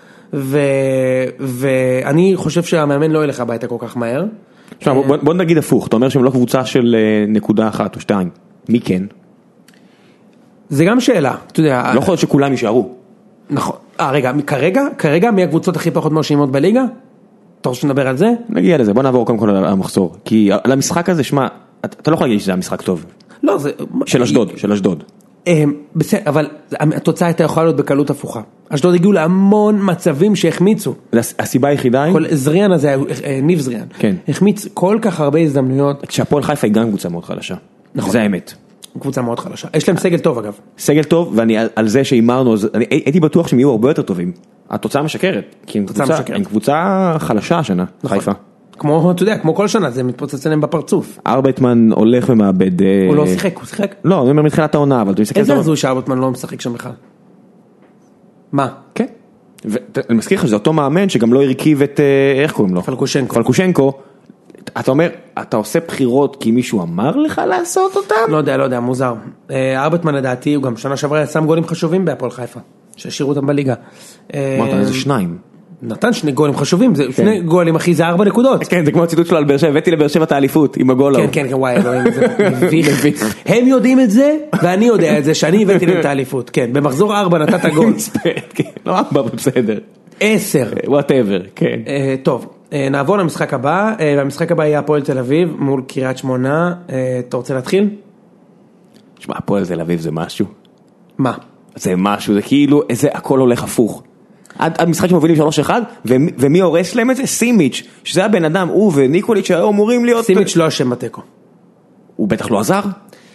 ואני חושב שהמאמן לא ילך הביתה כל כך מהר. עכשיו, בוא נגיד הפוך, אתה אומר שהם לא קבוצה של נקודה 1 או 2, מי כן? זה גם שאלה, אתה יודע. לא יכול להיות שכולם יישארו. נכון, רגע, כרגע מי הקבוצות הכי פחות מרשימות בליגה? אתה רוצה שנדבר על זה? נגיע לזה, בוא נעבור קודם כל על המחסור, כי על המשחק הזה, שמה, אתה לא יכול להגיד שזה היה משחק טוב. לא, זה... של אשדוד. בסדר, אבל התוצאה הייתה יכולה להיות בקלות הפוכה. אשדוד הגיעו להמון מצבים שהחמיצו. הסיבה היחידה היא? זריאן הזה, ניב זריאן. כן. החמיץ כל כך הרבה הזדמנויות. כשהפועל חיפה היא גם קבוצה מאוד חלשה. נכון. זה האמת. קבוצה מאוד חלשה. יש להם סגל טוב אגב. סגל טוב, ואני על זה שאימרנו, אני הייתי בטוח שהם יהיו הרבה יותר טובים. התוצאה משקרת. כי הם קבוצה חלשה השנה, חיפה. כמו, אתה יודע, כמו כל שנה, זה מתפוצץ עליהם בפרצוף. ארבטמן הולך ומאבד... הוא לא שיחק, הוא שיחק? לא, אני אומר מתחילת העונה, אבל... איזה הזוי שארבטמן לא משחק שם בכלל? מה? כן. ואני מזכיר לך שזה אותו מאמן שגם לא הרכיב את, איך קוראים לו? פלקושנקו. אתה אומר, אתה עושה בחירות כי מישהו אמר לך לעשות אותם? לא יודע, מוזר. ארבטמן לדעתי, הוא גם שנה שעברה שם גולים חשובים בהפועל חיפה, שהשאירו אותם בליגה. אמרת, איזה שניים. נתן 2 גולים חשובים, זה 2 גולים אחי, זה 4 נקודות. כן, זה כמו הציטוט שלו על באר שבע, הבאתי לבאר שבע את האליפות עם הגול. כן, וואי, זה מביך. הם יודעים את זה, ואני יודע את זה, שאני הבאתי להם את האליפות. כן, במחזור 4 נתת גול. לא 4, בסדר. 10. whatever, כן. טוב, נעבור למשחק הבא, והמשחק הבא יהיה הפועל תל אביב מול קריית שמונה. אתה רוצה להתחיל? שמע, הפועל תל אביב זה משהו. מה? זה משהו, זה כאילו, הכל הולך הפוך. עד משחק שמובילים 3-1, ומי הורס להם את זה? סימיץ', שזה הבן אדם, הוא וניקוליץ' שהיו אמורים להיות... סימיץ' לא אשם בתיקו. הוא בטח לא עזר?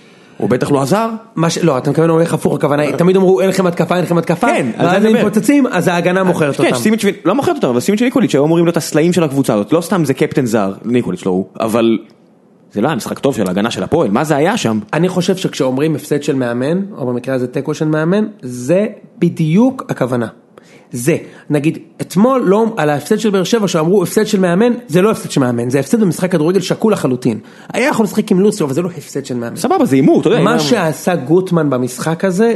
לא, אתה מכוון הולך הפוך, הכוונה, תמיד אמרו אין לכם התקפה, כן, ואז הם פוצצים, אז ההגנה מוכרת אותם. כן, סימיץ' לא מוכרת אותם, אבל סימיץ' וניקוליץ' שהיו אמורים להיות הסלעים של הקבוצה הזאת, לא סתם זה קפטן זר, ניקוליץ' לא הוא, אבל זה לא היה משחק טוב של ההגנה של הפועל, מה זה היה שם? אני חושב שכשאומרים הפסד של מאמן, או במקרה הזה תיקו של מאמן, זה בדיוק הכוונה. זה, נגיד, אתמול לא, על ההפסד של באר שבע שאמרו הפסד של מאמן, זה לא הפסד של מאמן, זה הפסד במשחק כדורגל שקול לחלוטין. היה יכול לשחק עם לוסיו, אבל זה לא הפסד של מאמן. סבבה, זה אימור, אתה יודע. מה שעשה גוטמן במשחק הזה,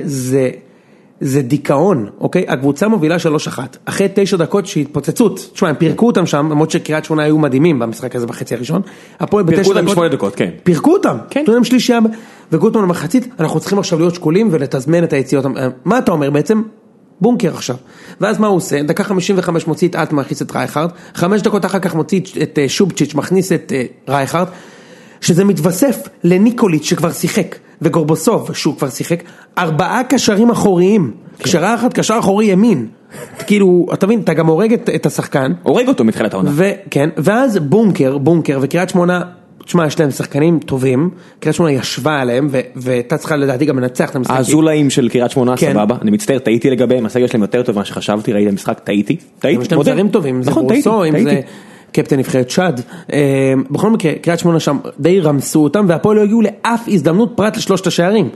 זה דיכאון, אוקיי? הקבוצה מובילה 3-1, אחרי 9 דקות שהתפוצצות, תשמע, הם פירקו אותם שם, למרות שקריית שמונה היו מדהימים במשחק הזה בחצי הראשון, פירקו אותם 8 דקות, כן. פירקו אותם, תודה שלישייה, וגוטמן במחצית, אנחנו צריכים עכשיו להיות שקולים ולתזמן את היציאות. מה אתה אומר בעצם? בונקר עכשיו. ואז מה הוא עושה? דקה 55 מוציא את אלטמן, מכניס את רייכרד, 5 דקות אחר כך מוציא את שובצ'יץ', מכניס את רייכרד, שזה מתווסף לניקוליץ' שכבר שיחק, וגורבוסוב שהוא כבר שיחק, 4 קשרים אחוריים, קשרה אחת, קשר אחורי ימין, כאילו, אתה מבין, אתה גם הורג את השחקן, הורג אותו מתחילת העונה. כן, ואז בונקר, וקריית שמונה, תשמע, יש להם שחקנים טובים, קריית שמונה ישבה עליהם, ואתה צריכה לדעתי גם לנצח את המשחקים. הזולאים של קריית שמונה, סבבה, אני מצטער, טעיתי לגביהם, הסגל שלהם יותר טוב מה שחשבתי, ראיתי המשחק, טעיתי. יש להם זרים טובים, זה בורסו, אם זה קפטן נבחרת שד. בכל מקרה, קריית שמונה שם די רמסו אותם, והפועל לא הגיעו לאף הזדמנות פרט לשלושת השערים.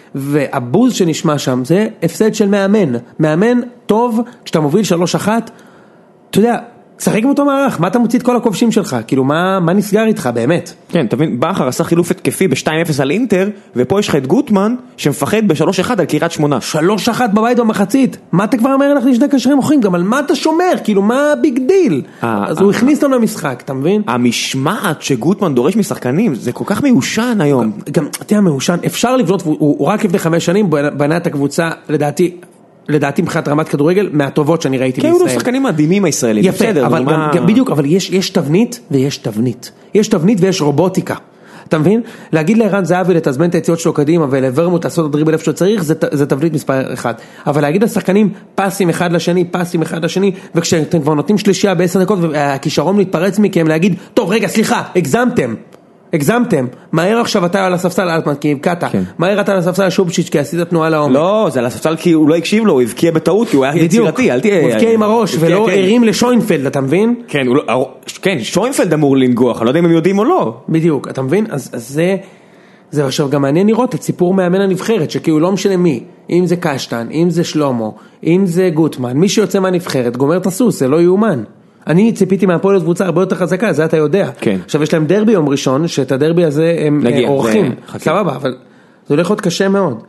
והבוז שנשמע שם זה הפסד של מאמן טוב, כשאתה מוביל 3-1, אתה יודע, שחק עם אותו מערך, מה אתה מוציא את כל הכובשים שלך? כאילו, מה נסגר איתך, באמת? כן, תבין, בכר עשה חילוף התקפי ב-2-0 על אינטר, ופה יש לך את גוטמן, שמפחד ב-3-1 על קריית שמונה. 3-1 בבית במחצית. מה אתה כבר אומר, אנחנו שני קשרים מוכרים, גם על מה אתה שומר? כאילו, מה הביג דיל? אז הוא הכניס לנו למשחק, אתה מבין? המשמעת שגוטמן דורש משחקנים, זה כל כך מיושן היום. גם, תהיה מיושן, אפשר לבנות, הוא רק לפני 5 שנים, בנה את הקבוצה, לדעתי מבחינת רמת כדורגל מהטובות שאני ראיתי בישראל. כן, הוא שחקנים מדהימים הישראלים. יפה, אבל בדיוק, אבל יש תבנית ויש תבנית. יש תבנית ויש רובוטיקה. אתה מבין? להגיד לערן זהבי לתזמן את היציאות שלו קדימה ולוורמוט לעשות את הדריבל איפה שצריך, זה תבנית מספר 1. אבל להגיד לשחקנים פסים אחד לשני, וכשאתם כבר נותנים שלישייה ב10 דקות והכישרון מתפרץ מכם להגיד, טוב רגע סליחה, הגזמתם, מהר עכשיו אתה על הספסל אלטמן כי הבקעת, מהר אתה על הספסל שובצ'יץ' כי עשית תנועה לעומק. לא, זה על הספסל כי הוא לא הקשיב לו, הוא הבקיע בטעות כי הוא היה יצירתי, הוא הבקיע עם הראש ולא הרים לשוינפלד, אתה מבין? כן, שוינפלד אמור לנגוח, אני לא יודע אם הם יודעים או לא. בדיוק, אתה מבין? אז זה עכשיו גם מעניין לראות את סיפור מאמן הנבחרת, שכאילו לא משנה מי, אם זה קשטן, אם זה שלומו, אם זה גוטמן, מי שיוצא מהנבחרת גומר את הסוס, זה לא יאומן. אני ציפיתי מהפועל קבוצה הרבה יותר חזקה, זה אתה יודע. כן. עכשיו יש להם דרבי יום ראשון, שאת הדרבי הזה הם עורכים. סבבה, אבל זה הולך להיות קשה מאוד.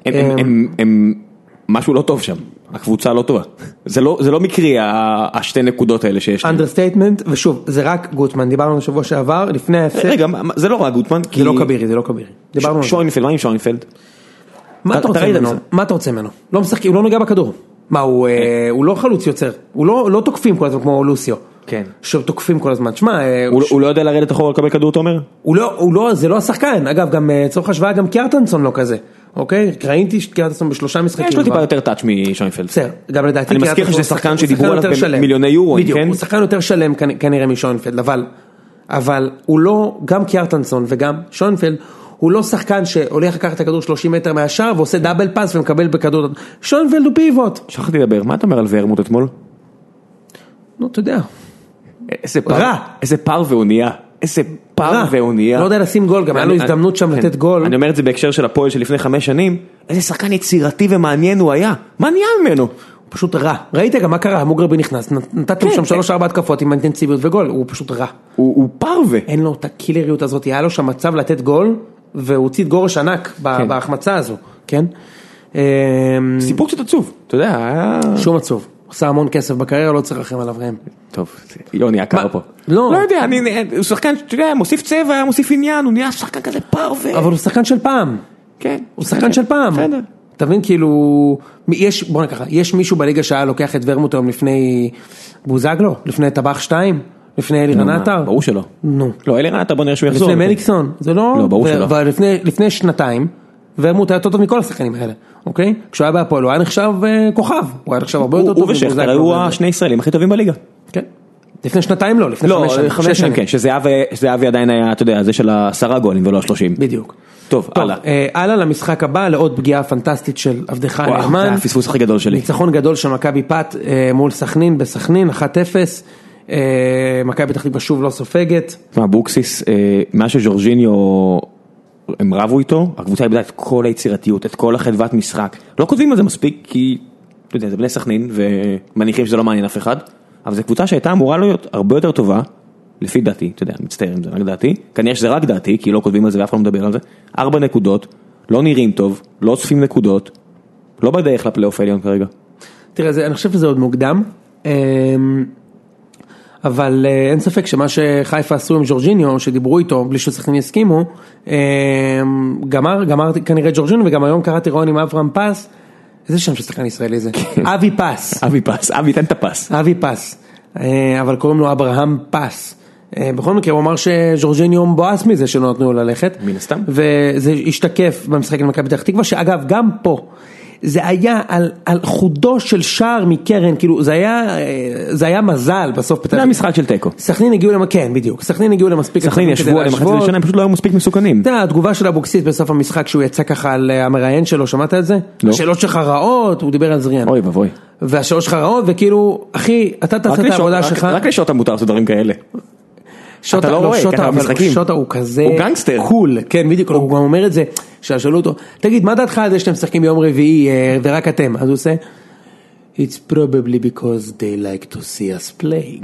הם משהו לא טוב שם. הקבוצה לא טובה. זה לא מקרי, השתי נקודות האלה שיש. אנדרסטייטמנט, ושוב, זה רק גוטמן. דיברנו בשבוע שעבר, לפני ההפסד. רגע, זה לא רק גוטמן. זה לא כבירי, זה לא כבירי. שוינפלד, מה עם שוינפלד? מה אתה רוצה ממנו? לא משחק, הוא לא נגע בכדור. מה, הוא לא חלוץ יוצר, הוא לא תוקפים כל הזמן כמו לוסיו. כן. שתוקפים כל הזמן, שמה... הוא לא יודע לרדת אחורה לקבל כדור, אתה אומר? זה לא השחקן, אגב, גם צורך השוואה, גם קיארטנסון לא כזה, אוקיי? ראיתי קיארטנסון ב3 משחקים. יש לו טיפה יותר טאץ' משוינפלד. בסדר, גם לדעתי... אני מזכיר שזה שחקן שדיברו עליו במיליוני יורו, בדיוק, הוא שחקן יותר שלם כנראה משוינפלד, אבל הוא לא, גם קיארטנסון וגם שוינפלד, הוא לא שחקן שהולך לקחת את הכדור 30 מטר מהשאר ועושה דאבל פאס ומקבל בכדור. שוינפלד הוא פיבוט. שכחתי לדבר, מה אתה אומר על ורמוט אתמול? נו, אתה יודע. איזה פר ואונייה. איזה פר ואונייה. לא יודע לשים גול, גם היה לו הזדמנות שם לתת גול. אני אומר את זה בהקשר של הפועל שלפני 5 שנים. איזה שחקן יצירתי ומעניין הוא היה. מה נהיה ממנו? פשוט רע. ראית גם מה קרה, מוגרבי נכנס, נתתם שם 3-4 התקפות עם אינטנסיביות וגול, הוא פשוט רע. הוא פרווה. אין לו את הקילריות הזאת, היה לו שם מצב לתת גול, והוא הוציא גורש ענק בהחמצה הזו, כן? סיפור קצת עצוב, אתה יודע, היה... שום עצוב. עושה המון כסף בקריירה, לא צריך לכם עליו ראם. טוב, יוני יקר פה. לא יודע, הוא שחקן, אתה יודע, מוסיף צבע, מוסיף עניין, הוא נהיה שחקן כזה פרווה. אבל הוא שחקן של פעם. כן. הוא שחקן של פעם. בסדר. אתה מבין, כאילו, בוא נקחה, יש מישהו בליגה שהיה לוקח את ורמוט היום לפני בוזגלו, לפני טבח 2, לפני אלירן עטר? ברור שלא. נו. לא, אלירן עטר בוא נראה שהוא יחזור. לפני מליקסון, זה לא... לא, ברור שלא. ולפני שנתיים, ורמוט היה יותר טוב מכל השחקנים האלה, אוקיי? כשהוא היה בהפועל, הוא היה נחשב כוכב, הוא היה נחשב הרבה יותר טוב. הוא ושכתר היו השני ישראלים הכי טובים בליגה. כן. לפני שנתיים לא, לפני 5 שנים. כן, שזהבי עדיין היה, אתה יודע, זה של 10 גולים ולא 30. בדיוק. טוב, הלאה. הלאה למשחק הבא, לעוד פגיעה פנטסטית של עבדך נאמן. זה הפספוס הכי גדול שלי. ניצחון גדול של מכבי פת מול סכנין בסכנין, 1-0. מכבי פתח תקווה שוב לא סופגת. מה, בוקסיס, מה שז'ורג'יניו, הם רבו איתו, הקבוצה איבדה את כל היצירתיות, את כל החדוות משחק. לא כותבים על זה מספיק, כי, אתה יודע, זה בני סכנין, ומניחים שזה לא מעניין אף אחד, אבל זו קבוצה שהייתה אמורה להיות הרבה יותר טובה, לפי דעתי, אתה יודע, מצטער אם זה רק דעתי, כנראה שזה רק דעתי, כי לא כותבים על זה ואף אחד לא מדבר על זה, 4 נקודות, לא נראים טוב, לא אוספים נקודות, לא בדרך לפלייאוף העליון כרגע. תראה, אני חושב שזה עוד מוקדם, אבל אין ספק שמה שחיפה עשו עם ג'ורג'יניו, שדיברו איתו, בלי ששחקנים יסכימו, גמר כנראה ג'ורג'יניו, וגם היום קראתי רעיון עם אברהם פס, איזה שם של שחקן ישראלי זה? אבי פס. אבי פס, אבי תן את הפס. אבי פס, אבל קוראים לו אברהם פס. בכל מקרה הוא אמר שג'ורג'יניו מבואס מזה שלא נתנו ללכת. מן הסתם. וזה השתקף במשחק עם מכבי פתח תקווה, שאגב גם פה, זה היה על חודו של שער מקרן, כאילו זה היה מזל בסוף. זה היה משחק של טקו. סכנין הגיעו כן, בדיוק. סכנין הגיעו למספיק. סכנין ישבו עליהם מחצית ראשונה, הם פשוט לא היו מספיק מסוכנים. אתה יודע, התגובה של אבוקסיס בסוף המשחק, שהוא יצא ככה על המראיין שלו, שמעת את זה? לא. השאלות שלך רעות, הוא דיבר על זריאן. אוי ובוי. והשאלות שלך רעות, וכאילו, אחי, אתה תעשה את העבודה שלך. רק לשוטה מותר לעשות דברים כאלה. שוטה, לא, שוטה הוא כזה הוא גנגסטר. קול, כן, בדיוק, הוא גם אומר את זה, שאלו אותו, תגיד, מה דעתך על זה שאתם משחקים ביום רביעי ורק אתם? אז הוא עושה, It's probably because they like to see us playing.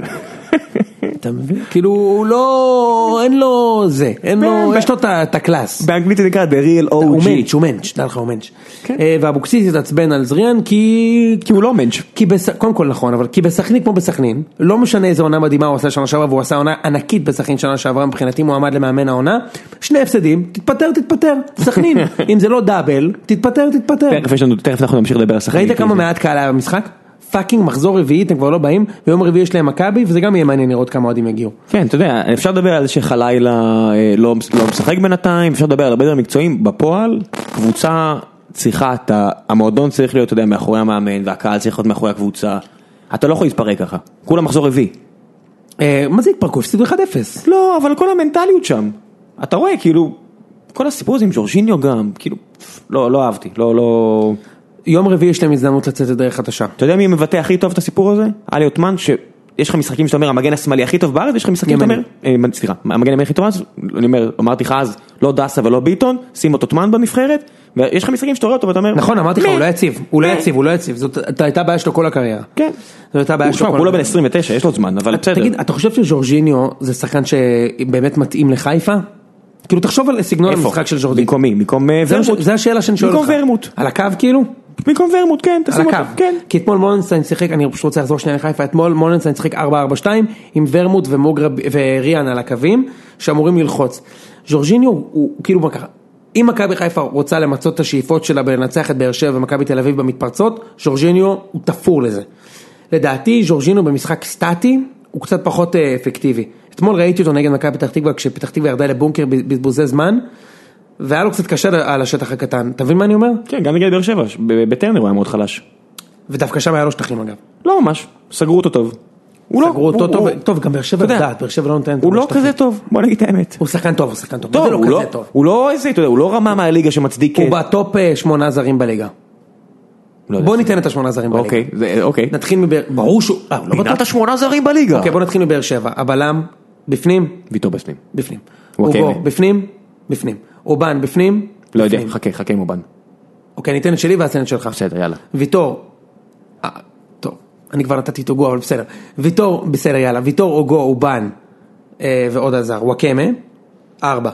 אתה מבין? כאילו, הוא לא, אין לו זה, אין לו, יש לו את הקלאס. באנגלית זה נקרא The Real OG. הוא מנץ', דע לך, הוא מנץ'. ואבוקסיס יתעצבן על זריאן, כי הוא לא מנץ'. קודם כל נכון, אבל כי בסכנין כמו בסכנין, לא משנה איזה עונה מדהימה הוא עשה שנה שעברה, והוא עשה עונה ענקית בסכנין שנה שעברה, מבחינתי מועמד למאמן העונה, 2 הפסדים, תתפטר, סכנין, אם זה לא דאבל, תתפטר. תכף אנחנו נמשיך לדבר על סכנין. ראית כמה מעט קהל היה במשחק? פאקינג מחזור רביעי, אתם כבר לא באים, ויום רביעי יש להם מכבי, וזה גם יהיה מעניין לראות כמה אוהדים יגיעו. כן, אתה יודע, אפשר לדבר על זה שחלילה לא משחק בינתיים, אפשר לדבר על הרבה דברים מקצועיים, בפועל, קבוצה צריכה, המועדון צריך להיות, אתה יודע, מאחורי המאמן, והקהל צריך להיות מאחורי הקבוצה, אתה לא יכול להתפרק ככה, כולם מחזור רביעי. מה זה התפרקו? הפסידו 1-0. לא, אבל כל המנטליות שם, אתה רואה, כאילו, כל הסיפור הזה עם ג'ורג'יניו גם, כאילו, לא אהבתי, לא... יום רביעי יש להם הזדמנות לצאת לדרך חדשה. אתה יודע מי מבטא הכי טוב את הסיפור הזה? עלי עותמן, שיש לך משחקים שאתה אומר, המגן השמאלי הכי טוב בארץ, יש לך משחקים שאתה אומר, סליחה, המגן הימני הכי טוב בארץ, אמרתי לך אז, לא דסה ולא ביטון, שים את עותמן בנבחרת, ויש לך משחקים שאתה רואה אותו ואתה אומר, נכון, אמרתי לך, הוא לא יציב, זאת הייתה בעיה שלו כל הקריירה. כן. זאת הייתה בעיה שלו. הוא לא בן 29, יש לו זמן, אבל בסדר. תגיד, אתה חושב שז'ורג'יניו זה שחקן שבאמת מתאים לחיפה? כאילו תחשוב על סגנון המשחק של ז'ורג'יניו. במקום ורמוט. זה השאלה שאני שואל אותך. במקום ורמוט. על הקו כאילו? במקום ורמוט, כן, תשים אותו, כן. כי אתמול מולנשטיין שיחק, אני פשוט רוצה לחזור שנייה לחיפה, אתמול מולנשטיין שיחק 4-4-2 עם ורמוט וריאן על הקווים, שאמורים ללחוץ. ז'ורג'יניו הוא כאילו ככה, אם מכבי חיפה רוצה למצות את השאיפות שלה בלנצח את באר שבע ומכבי תל אביב במתפרצות, ז'ורג'יניו הוא תפור לזה. לדעתי, ז'ורג'יניו במשחק סטטי, הוא קצת פחות אפקטיבי. אתמול ראיתי אותו נגד מכבי פתח תקווה, כשפתח תקווה ירדה לבונקר בזבוזי זמן, והיה לו קצת קשה על השטח הקטן. אתה מבין מה אני אומר? כן, גם נגד באר שבע, בטרנר הוא היה מאוד חלש. ודווקא שם היה לו שטחים אגב. לא ממש, סגרו אותו טוב. סגרו אותו טוב, טוב, גם באר שבע יודעת, באר שבע לא נותנת. הוא לא כזה טוב, בוא נגיד את האמת. הוא שחקן טוב, טוב, הוא לא איזה, אתה יודע, הוא לא רמה מהליגה שמצדיק. הוא בטופ 8 זרים בליגה. בוא ניתן את 8 זרים בליגה. אוקיי. נתחיל ברור שהוא, ניתן את 8 זרים בליגה. אוקיי, בוא נתחיל מבאר שבע. הבלם, בפנים. ויטור בפנים. בפנים. אוגו, בפנים. אובן, בפנים. לא יודע, חכה עם אובן. אוקיי, ניתן את שלי והצנת שלך. בסדר, יאללה. ויטור, אני כבר נתתי את אוגו, אבל בסדר. ויטור, בסדר, יאללה. ויטור, אוגו, אובן, ועוד עזר. וואקמה, 4.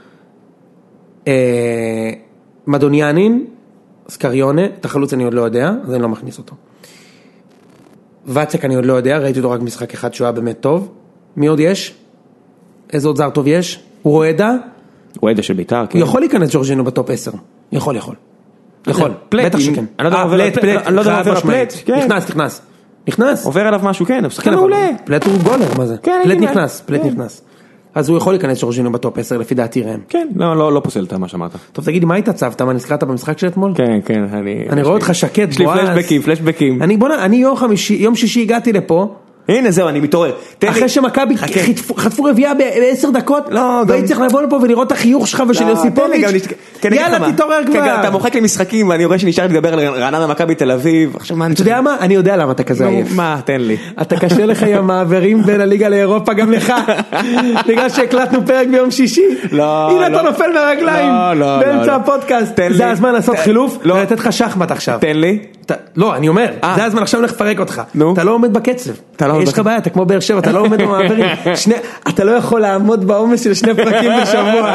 מדוניאנין, סקריונה, את החלוץ אני עוד לא יודע, אז אני לא מכניס אותו. וצק אני עוד לא יודע, ראיתי אותו רק משחק אחד שהוא היה באמת טוב. מי עוד יש? איזה עוד זר טוב יש? הוא רועדה? רועדה של ביתר, כן. הוא יכול להיכנס ג'ורג'ינו בטופ 10. יכול. בטח שכן. אני לא יודע עובר הפלט. נכנס. עובר עליו משהו, כן. כן, מעולה. פלט הוא גולר, מה זה? פלט נכנס. אז הוא יכול להיכנס ג'ורג'ינו בטופ 10 לפי דעתי ראם. כן, לא פוסל את מה שאמרת. טוב, תגידי, מה התעצבת? מה נזכרת במשחק של אתמול? כן, אני רואה אותך שקט, יש לי פלשבקים. אני יום שישי הגעתי לפה, הנה זהו, אני מתעורר. אחרי שמכבי חטפו רביעה ב10 דקות, והיא צריך לבוא לפה ולראות את החיוך שלך ושל יוסיפוביץ'. יאללה, תתעורר כבר. אתה מוחק לי משחקים ואני רואה שנשאר לדבר על רעננה מכבי תל אביב. אתה יודע מה? אני יודע למה אתה כזה עייף. מה? תן לי. אתה קשה לך עם המעברים בין הליגה לאירופה גם לך. בגלל שהקלטנו פרק ביום שישי. הנה אתה נופל מהרגליים. באמצע הפודקאסט. זה הזמן לעשות חילוף ולתת לך שחמט עכשיו. תן לי. לא, אני אומר, זה הזמן עכשיו הולך לפרק אותך. אתה לא עומד בקצב. יש לך בעיה, אתה כמו באר שבע, אתה לא עומד במעברים. אתה לא יכול לעמוד בעומס של 2 פרקים בשבוע.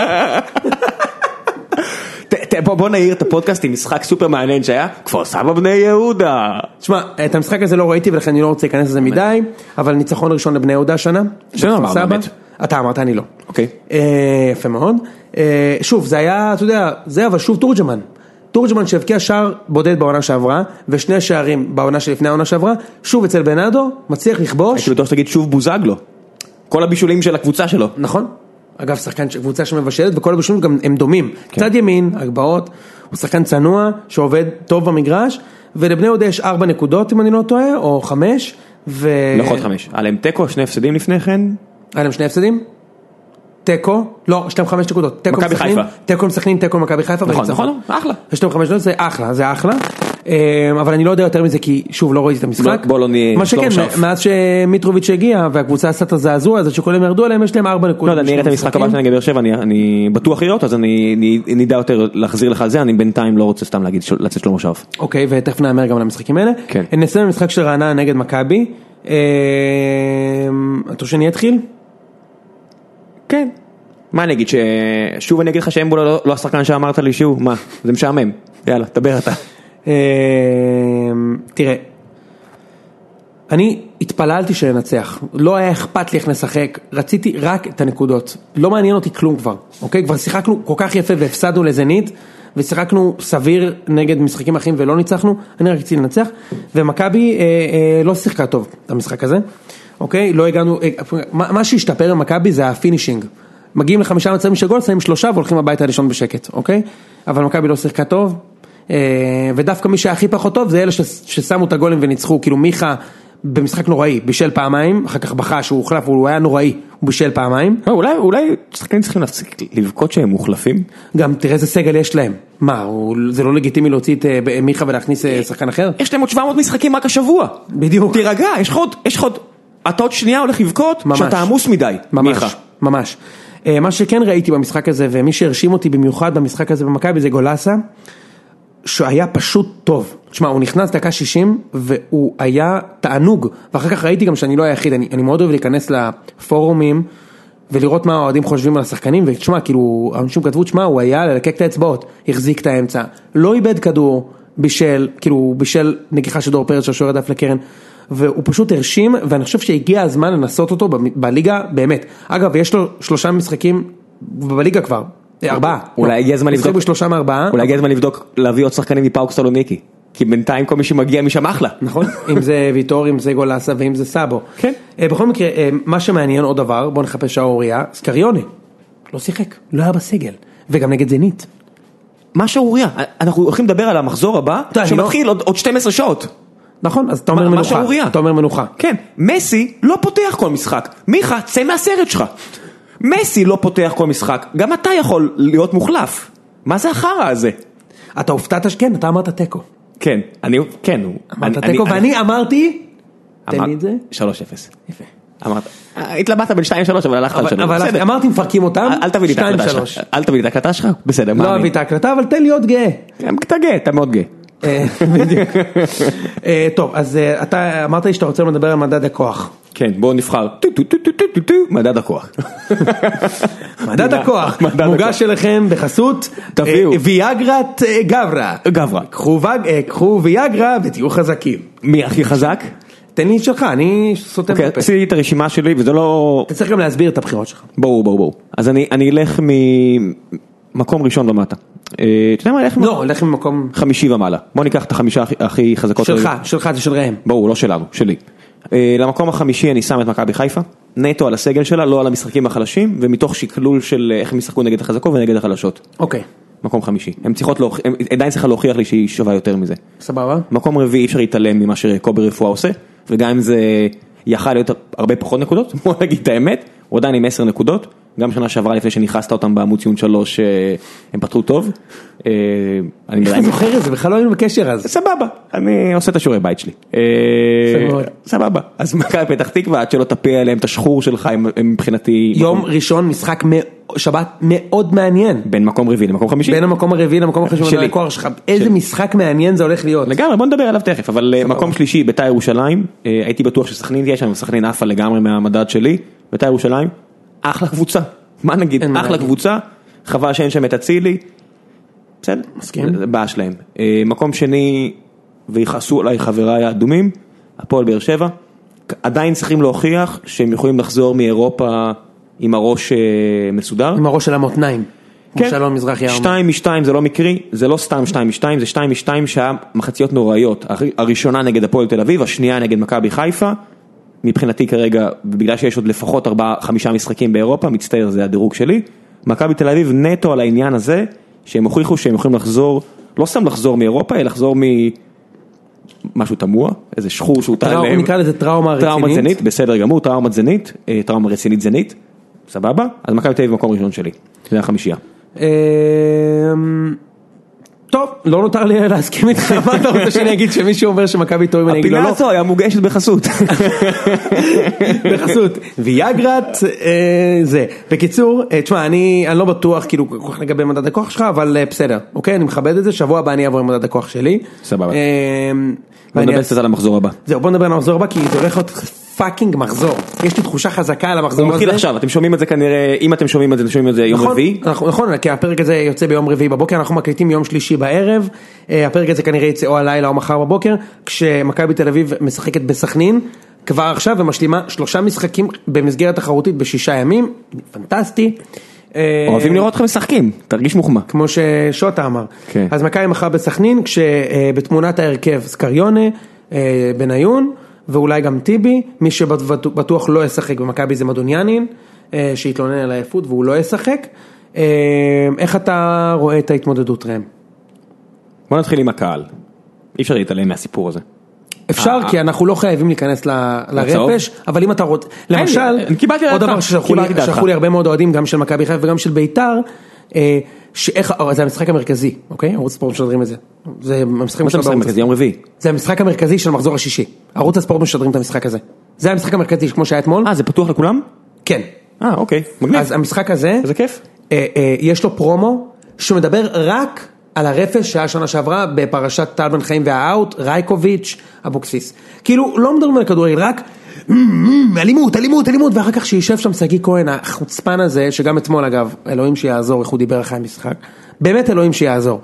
בוא נעיר את הפודקאסט עם משחק סופר מעניין שהיה כפר סבא בני יהודה. תשמע, את המשחק הזה לא ראיתי ולכן אני לא רוצה להיכנס לזה מדי, אבל ניצחון ראשון לבני יהודה שנה. אתה אמרת, אני לא. אוקיי. יפה מאוד. שוב, זה היה, אתה יודע, זה אבל שוב תורג'מן שהבקיע שער בודד בעונה שעברה, ושני שערים בעונה שלפני העונה שעברה, שוב אצל בנאדו, מצליח לכבוש. הייתי בטוח שתגיד שוב בוזגלו. כל הבישולים של הקבוצה שלו. נכון. אגב, שחקן קבוצה שמבשלת, וכל הבישולים גם הם דומים. קצת ימין, הגבעות, הוא שחקן צנוע, שעובד טוב במגרש, ולבני יהודה יש 4 נקודות, אם אני לא טועה, או 5, לא יכול 5. עליהם תיקו, 2 הפסדים לפני כן. עליהם 2 הפסדים? תיקו, לא, יש להם 5 נקודות. מכבי חיפה. תיקו מסכנין, תיקו מכבי חיפה. נכון, אחלה. יש להם 5 נקודות, זה אחלה. אבל אני לא יודע יותר מזה, כי שוב, לא ראיתי את המשחק. בוא לא נהיה... מה שכן, מאז שמיטרוביץ' הגיע, והקבוצה עשתה את הזעזוע הזה, שכולם ירדו עליהם, יש להם 4 נקודות. לא, אני אראה את המשחק הבא שנגד באר שבע, אני בטוח לראות, אז אני נדע יותר להחזיר לך על זה, אני בינתיים לא רוצה סתם לצאת שלום מושב. אוקיי, ותכף נאמר גם למשחקים האלה. נסיים במשחק של רעננה נגד מכבי. אתה רוצה שאני אתחיל? כן. מה אני אגיד, ששוב אני אגיד לך שאמבולה לא השחקן שאמרת לי שהוא, מה? זה משעמם. יאללה, דבר אתה. תראה, אני התפללתי שננצח, לא היה אכפת לי איך נשחק, רציתי רק את הנקודות, לא מעניין אותי כלום כבר, אוקיי? כבר שיחקנו כל כך יפה והפסדנו לזנית, ושיחקנו סביר נגד משחקים אחרים ולא ניצחנו, אני רק רציתי לנצח, ומכבי לא שיחקה טוב את המשחק הזה, אוקיי? לא הגענו, מה שהשתפר במכבי זה הפינישינג, מגיעים ל5 מצבים של גול, שמים 3 והולכים הביתה לישון בשקט, אוקיי? אבל מכבי לא שיחקה טוב, ודווקא מי שהכי פחות טוב זה אלה ששמו את הגולים וניצחו, כאילו מיכה במשחק נוראי, בישל פעמיים, אחר כך בכה שהוא הוחלף, הוא היה נוראי, הוא בישל פעמיים. אולי שחקנים צריכים להפסיק לבכות שהם מוחלפים? גם תראה איזה סגל יש להם. מה, זה לא לגיטימי להוציא את מיכה ולהכניס שחקן אחר? יש להם עוד 700 משחקים רק השבוע. בדיוק. תירגע, יש עוד, אתה עוד שנייה הולך לבכות שאתה עמוס מדי, מיכה. ממש. מה שכן ראיתי במשחק הזה, ומי שהרשים אותי במיוחד במשחק הזה במכבי זה גולסה, שהיה פשוט טוב. תשמע, הוא נכנס דקה 60, והוא היה תענוג, ואחר כך ראיתי גם שאני לא היחיד, אני מאוד אוהב להיכנס לפורומים, ולראות מה האוהדים חושבים על השחקנים, ותשמע, כאילו, אנשים כתבו, תשמע, הוא היה ללקק את האצבעות, החזיק את האמצע, לא איבד כדור, בישל נגיחה של דור פרץ, שהשוער הדף לקרן, והוא פשוט הרשים, ואני חושב שהגיע הזמן לנסות אותו בליגה, באמת. אגב, יש לו 3 משחקים בליגה כבר, 4. אולי הגיע הזמן לבדוק. ב3 מ4. אולי הגיע הזמן לבדוק, להביא עוד שחקנים מפאוק סלוניקי. כי בינתיים כל מי שמגיע משם אחלה. נכון? אם זה ויטור, אם זה גולסה, ואם זה סאבו. כן. בכל מקרה, מה שמעניין עוד דבר, בוא נחפש שעוריה, סקריונה. לא שיחק, לא היה בסגל. וגם נגד זנית. מה שעוריה? אנחנו הולכים לדבר על המחזור הבא, שמתחיל עוד 12 שעות. נכון, אז אתה אומר מנוחה. אתה אומר מנוחה. כן, מסי לא פותח כל משחק. מיכה, צא מהסרט שלך. מסי לא פותח כל משחק. גם אתה יכול להיות מוחלף. מה זה החרא הזה? אתה הופתעת שכן, אתה אמרת טקו. כן, כן. אמרת טקו, ואני אמרתי, תן לי את זה. 3-0. יפה. אמרת, התלבטת בין 2-3, אבל הלכת על 3. אבל אמרתי, מפרקים אותם, 2-3. אל תביא לי את ההקלטה שלך. בסדר. לא אביא את ההקלטה, אבל תן לי עוד גאה. אתה גאה, אתה מאוד גאה. בדיוק. טוב, אז אתה אמרת לי שאתה רוצה לדבר על מדד הכוח. כן, בואו נבחר. מדד הכוח. מדד הכוח, מוגש שלכם בחסות ויאגרת גברה. גברה. קחו ויאגרה ותהיו חזקים. מי הכי חזק? תן לי שלך, אני סותם בפה. עשיתי את הרשימה שלי וזה לא... אתה צריך גם להסביר את הבחירות שלך. בואו. אז אני אלך ממקום ראשון ומטה. אתה יודע מה, לא, הולך ממקום... 50 ומעלה. בוא ניקח את החמישה הכי חזקות. שלך, זה של ראם. בואו, לא שלנו, שלי. למקום החמישי אני שם את מכבי חיפה, נטו על הסגל שלה, לא על המשחקים החלשים, ומתוך שקלול של איך הם ישחקו נגד החזקות ונגד החלשות. אוקיי. מקום חמישי. הם עדיין צריכה להוכיח לי שהיא שווה יותר מזה. סבבה. מקום רביעי, אי אפשר להתעלם ממה שקובי רפואה עושה, וגם אם זה יכל להיות הרבה פחות נקודות, בוא נגיד את האמת, הוא עדיין עם 10 נקודות, גם שנה שעברה לפני שנכנסת אותם בעמוד ציון 3, הם פתחו טוב. איך אתה זוכר את זה? בכלל לא היינו בקשר אז. סבבה, אני עושה את השיעורי בית שלי. סבבה. אז מכבי פתח תקווה, עד שלא תפיע עליהם את השחור שלך, הם מבחינתי... יום ראשון, משחק שבת מאוד מעניין. בין מקום רביעי למקום חמישי. בין המקום הרביעי למקום החמישי. שלי. איזה משחק מעניין זה הולך להיות. לגמרי, בוא נדבר עליו תכף, אבל מקום שלישי, בית"ר ירושלים, הייתי בטוח שסכנין תהיה שם, סכנין עפה לגמרי מהמדד שלי, בית"ר ירושלים, אחלה קבוצה. מה נגיד? אחלה קבוצה, חבל שאין שם את אצילי, בסדר? מסכים. זה בעיה שלהם. מקום שני, ויחסו עליי חבריי האדומים, הפועל באר שבע, עדיין צריכים להוכיח שהם יכולים לחזור מאירופה עם הראש מסודר. עם הראש של המותניים. כן. שלום מזרחי. 2-2 זה לא מקרי, זה לא סתם 2-2, זה 2-2 שהיה מחציות נוראיות. הראשונה נגד הפועל תל אביב, השנייה נגד מכבי חיפה, מבחינתי כרגע, בגלל שיש עוד לפחות 4-5 משחקים באירופה, מצטער, זה הדירוג שלי. מכבי תל אביב נטו על העניין הזה, שהם הוכיחו שהם יכולים לחזור, לא סתם לחזור מאירופה, אלא לחזור משהו תמוה, איזה שחור שהוטל עליהם. נקרא לזה טראומה רצינית. טראומה זנית, בסדר גמור, טראומה זנית, טראומה רצינית זנית, סבבה? אז מכבי תל אביב מקום ראשון שלי, זה החמישייה. טוב, לא נותר לי להסכים איתך, מה אתה רוצה שאני אגיד שמישהו אומר שמכבי טועים, אני אגיד לו לא. הפינה הזו היה מוגשת בחסות. בחסות, ויאגרת זה. בקיצור, תשמע, אני לא בטוח כאילו כל כך לגבי מדד הכוח שלך, אבל בסדר, אוקיי, אני מכבד את זה, שבוע הבא אני אעבור עם מדד הכוח שלי. סבבה. בוא נדבר קצת על המחזור הבא. זהו, בוא נדבר על המחזור הבא, כי זה הולך להיות פאקינג מחזור. יש לי תחושה חזקה על המחזור הזה. הוא מתחיל עכשיו, אתם שומעים את זה כנראה, אם אתם שומעים את זה, אתם שומעים את זה יום רביעי. נכון, כי הפרק הזה יוצא ביום רביעי בבוקר, אנחנו מקליטים יום שלישי בערב, הפרק הזה כנראה יצא או הלילה או מחר בבוקר, כשמכבי תל אביב משחקת בסכנין, כבר עכשיו ומשלימה 3 משחקים במסגרת תחרותית ב6 ימים, פנטסטי. אוהבים לראות אתכם משחקים, תרגיש מוחמא. כמו ששוטה אמר. אז מכבי מחר בסכנין, כשבתמונת ההרכב סקריונה, בניון, ואולי גם טיבי, מי שבטוח לא ישחק במכבי זה מדוניאנין, שהתלונן על העייפות והוא לא ישחק. איך אתה רואה את ההתמודדות ראם? בוא נתחיל עם הקהל. אי אפשר להתעלם מהסיפור הזה. אפשר, כי אנחנו לא חייבים להיכנס לרפש, אבל אם אתה רוצה, למשל, עוד דבר ששלחו לי הרבה מאוד אוהדים, גם של מכבי חיפה וגם של ביתר, זה המשחק המרכזי, אוקיי? ערוץ הספורט משדרים את זה. זה המשחק המרכזי, יום רביעי. זה המשחק המרכזי של המחזור השישי. ערוץ הספורט משדרים את המשחק הזה. זה המשחק המרכזי, כמו שהיה אתמול. זה פתוח לכולם? כן. אוקיי, מגניב. אז המשחק הזה, איזה כיף. יש לו פרומו, שמדבר רק על הרפש שהיה שנה שעברה, בפרשת טל בן חיים והאוט, רייקוביץ', אבוקסיס. כאילו, לא מדברים על כדורגל, רק אלימות, ואחר כך שישב שם סגי כהן, החוצפן הזה, שגם אתמול אגב, אלוהים שיעזור, איך הוא דיבר אחרי המשחק, באמת אלוהים שיעזור,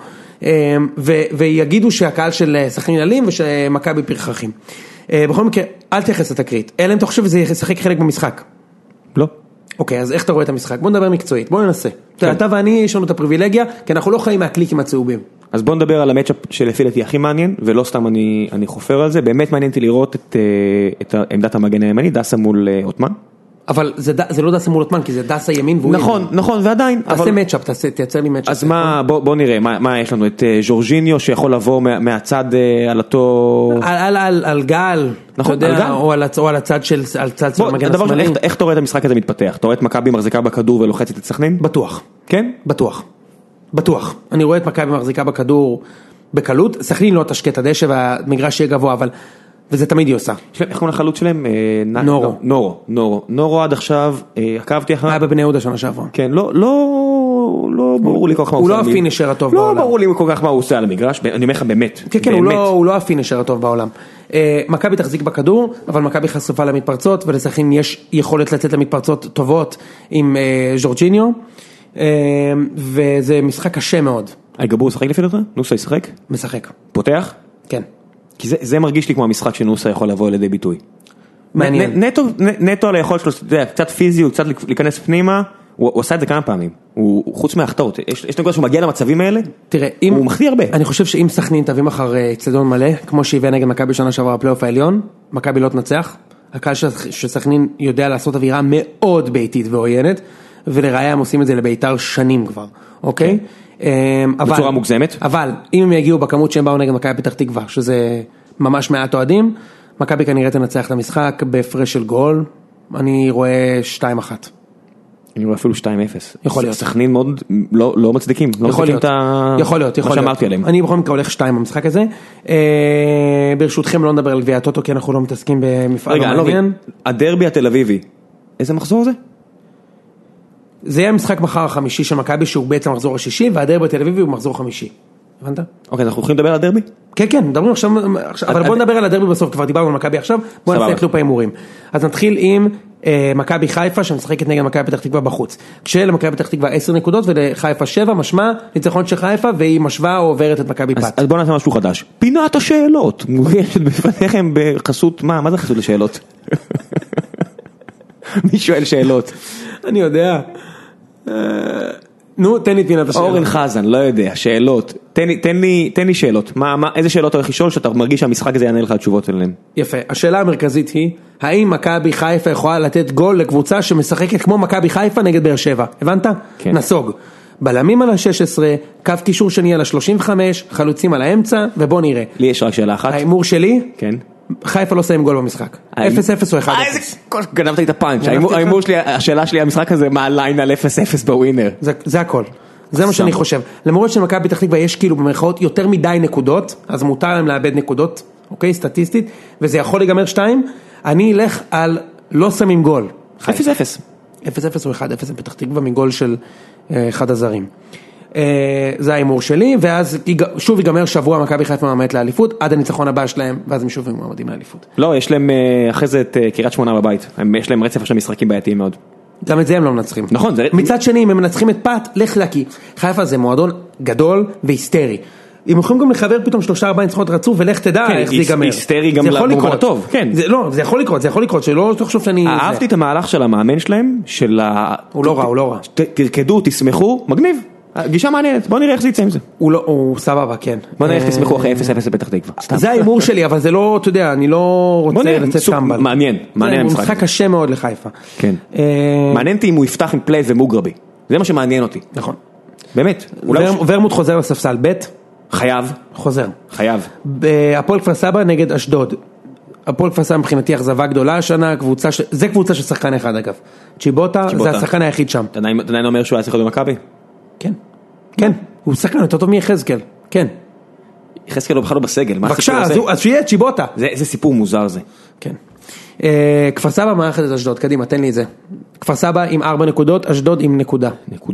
ויגידו שהקהל של סכנין אלים, ושמכבי פרחחים. בכל מקרה, אל תייחס לתקרית, אלא אם אתה חושב שזה ישחק חלק במשחק. לא. אוקיי, אז איך אתה רואה את המשחק? בוא נדבר מקצועית, בוא ננסה. אתה ואני, יש לנו את הפריבילגיה, כי אנחנו לא חיים מהקליקים הצהובים. אז בוא נדבר על המאצ'אפ שלפי דעתי הכי מעניין, ולא סתם אני חופר על זה, באמת מעניין אותי לראות את עמדת המגן הימני, דסה מול אוטמן. אבל זה לא דסה מול אוטמן, כי זה דסה ימין והוא ימין. נכון, ועדיין. תעשה מאצ'אפ, תייצר לי מאצ'אפ. אז בוא נראה, מה יש לנו? את ז'ורג'יניו שיכול לבוא מהצד על אותו... על גל, אתה יודע, או על הצד של המגן השמאלי. איך אתה רואה את המשחק הזה מתפתח? אתה רואה את מכבי מחזיקה בכדור ולוחצת את סכנין? בטוח. כן? בטוח. אני רואה את מכבי מחזיקה בכדור בקלות, סכנין לא תשקט הדשא והמגרש יהיה גבוה, אבל... וזה תמיד היא עושה. איך קוראים לחלוץ שלהם? נורו. נורו עד עכשיו, עקבתי אחריו. היה בבני יהודה שנה שעברה. כן, לא לא ברור לי כל כך מה הוא לא הפינישר הטוב בעולם. לא ברור לי כל כך מה הוא עושה על המגרש, אני אומר לך באמת. כן, הוא לא הפינישר הטוב בעולם. מכבי תחזיק בכדור, אבל מכבי חשופה למתפרצות, ולסכנין יש יכולת לצאת למתפרצות טובות עם ז'ורג'יניו, וזה משחק קשה מאוד. גבור ישחק לפי דעתך? נוסה ישחק? משחק. פותח? כן. כי זה מרגיש לי כמו המשחק שנוסה יכול לבוא לידי ביטוי. מעניין. נטו על היכולת שלו, קצת פיזי, קצת להיכנס פנימה, הוא עושה את זה כמה פעמים. הוא חוץ מההחטאות. יש נקודה שהוא מגיע למצבים האלה, תראה, הוא מחטיא הרבה. אני חושב שאם סכנין תביא מחר אצטדיון מלא, כמו שהביאה נגד מכבי שנה שעברה בפלייאוף העליון, מכבי לא תנצח. הקהל שסכנין יודע לעשות אווירה מאוד ביתית ועוינת, ולראיה הם עושים את זה לביתר שנים כבר, אוקיי? בצורה מוגזמת. אבל אם הם יגיעו בכמות שהם באו נגד מכבי פתח תקווה, שזה ממש מעט אוהדים, מכבי כנראה תנצח את המשחק בהפרש של גול, אני רואה 2-1. אני רואה אפילו 2-0. יכול להיות. סכנין מאוד לא מצדיקים. יכול להיות. יכול להיות. מה שאמרתי עליהם. אני בכל מקרה הולך 2 במשחק הזה. ברשותכם לא נדבר על גביע הטוטו, כי אנחנו לא מתעסקים במפעל המלוביין. הדרבי התל אביבי, איזה מחזור זה? זה יהיה משחק מחר החמישי של מכבי, שהוא בעצם מחזור השישי, והדרבי התל אביבי הוא מחזור חמישי. הבנת? אוקיי, אנחנו יכולים לדבר על הדרבי? כן, כן, מדברים עכשיו, אבל בוא נדבר על הדרבי בסוף, כבר דיברנו על מכבי עכשיו, בוא נעשה את לופ ההימורים. אז נתחיל עם מכבי חיפה, שמשחקת נגד מכבי פתח תקווה בחוץ. כשלמכבי פתח תקווה 10 נקודות, ולחיפה 7, משמע ניצחון של חיפה, והיא משווה או עוברת את מכבי פת. אז בוא נעשה משהו חדש. פינת השאלות, מוגשת בפניכם בחסות, מה זה חסות לשאלות? מי שואל שאלות? אני יודע. נו, תן לי פינת השאלות. אורן חזן, לא יודע, שאלות. תן לי שאלות. איזה שאלות אתה הולך לשאול שאתה מרגיש שהמשחק הזה יענה לך התשובות אליהם? יפה. השאלה המרכזית היא, האם מכבי חיפה יכולה לתת גול לקבוצה שמשחקת כמו מכבי חיפה נגד באר שבע? הבנת? כן. נסוג. בלמים על ה-16, קו קישור שני על ה-35, חלוצים על האמצע, ובוא נראה. לי יש רק שאלה אחת. ההימור שלי? כן. חיפה לא סיים גול במשחק. 0-0 או 1-0. גנבת לי את הפאנץ'. ההימור שלי, השאלה שלי המשחק הזה, מה הליין על 0-0 בווינר? זה הכל. זה מה שאני חושב. למרות שמכבי פתח תקווה יש כאילו במרכאות יותר מדי נקודות, אז מותר להם לאבד נקודות, אוקיי, סטטיסטית, וזה יכול להיגמר 2, אני אלך על לא שמים גול. 0-0. 0-0 או 1-0 פתח תקווה מגול של אחד הזרים. זה ההימור שלי, ואז שוב ייגמר שבוע מכבי חיפה מעמדת לאליפות, עד הניצחון הבא שלהם, ואז הם שוב מעמדים לאליפות. לא, יש להם אחרי זה את קריית שמונה בבית, יש להם רצף של משחקים בעייתיים מאוד. גם את זה הם לא מנצחים. נכון. מצד שני, אם הם מנצחים את פת, לך לקי. חיפה זה מועדון גדול והיסטרי. הם יכולים גם לחבר פתאום 3-4 ניצחונות רצוף, ולך תדע איך זה ייגמר. היסטרי גם במובן הטוב. לא, זה יכול לקרות, שלא תחשוב שאני... אהבתי את המהלך של המאמן שלהם, הוא לא רע. תרקדו, תשמחו, מגניב. גישה מעניינת, בוא נראה איך זה יצא עם זה. הוא סבבה, כן. בוא נראה איך תשמחו אחרי 0-0 בפתח תקווה. זה ההימור שלי, אבל זה לא, אתה יודע, אני לא רוצה לצאת קמבל. מעניין הוא משחק קשה מאוד לחיפה. כן. מעניין אותי אם הוא יפתח עם פלייס ומוגרבי. זה מה שמעניין אותי. נכון. באמת. ורמוט חוזר לספסל, בית? חייב. חוזר. חייב. הפועל כפר סבא נגד אשדוד. הפועל כפר סבא מבחינתי אכזבה גדולה השנה, זה קבוצה של שחקן אחד אגב. צ'יבוטה, זה השחקן היחיד שם. אתה עדיין אומר שהוא היה צריך להיות במכבי? כן. כן, הוא שחקן יותר טוב מיחזקאל, כן. יחזקאל לא בכלל לא בסגל, בבקשה, אז שיהיה צ'יבוטה. איזה סיפור מוזר זה. כן. כפר סבא מארחת את אשדוד, קדימה, תן לי את זה. כפר סבא עם 4 נקודות, אשדוד עם נקודה.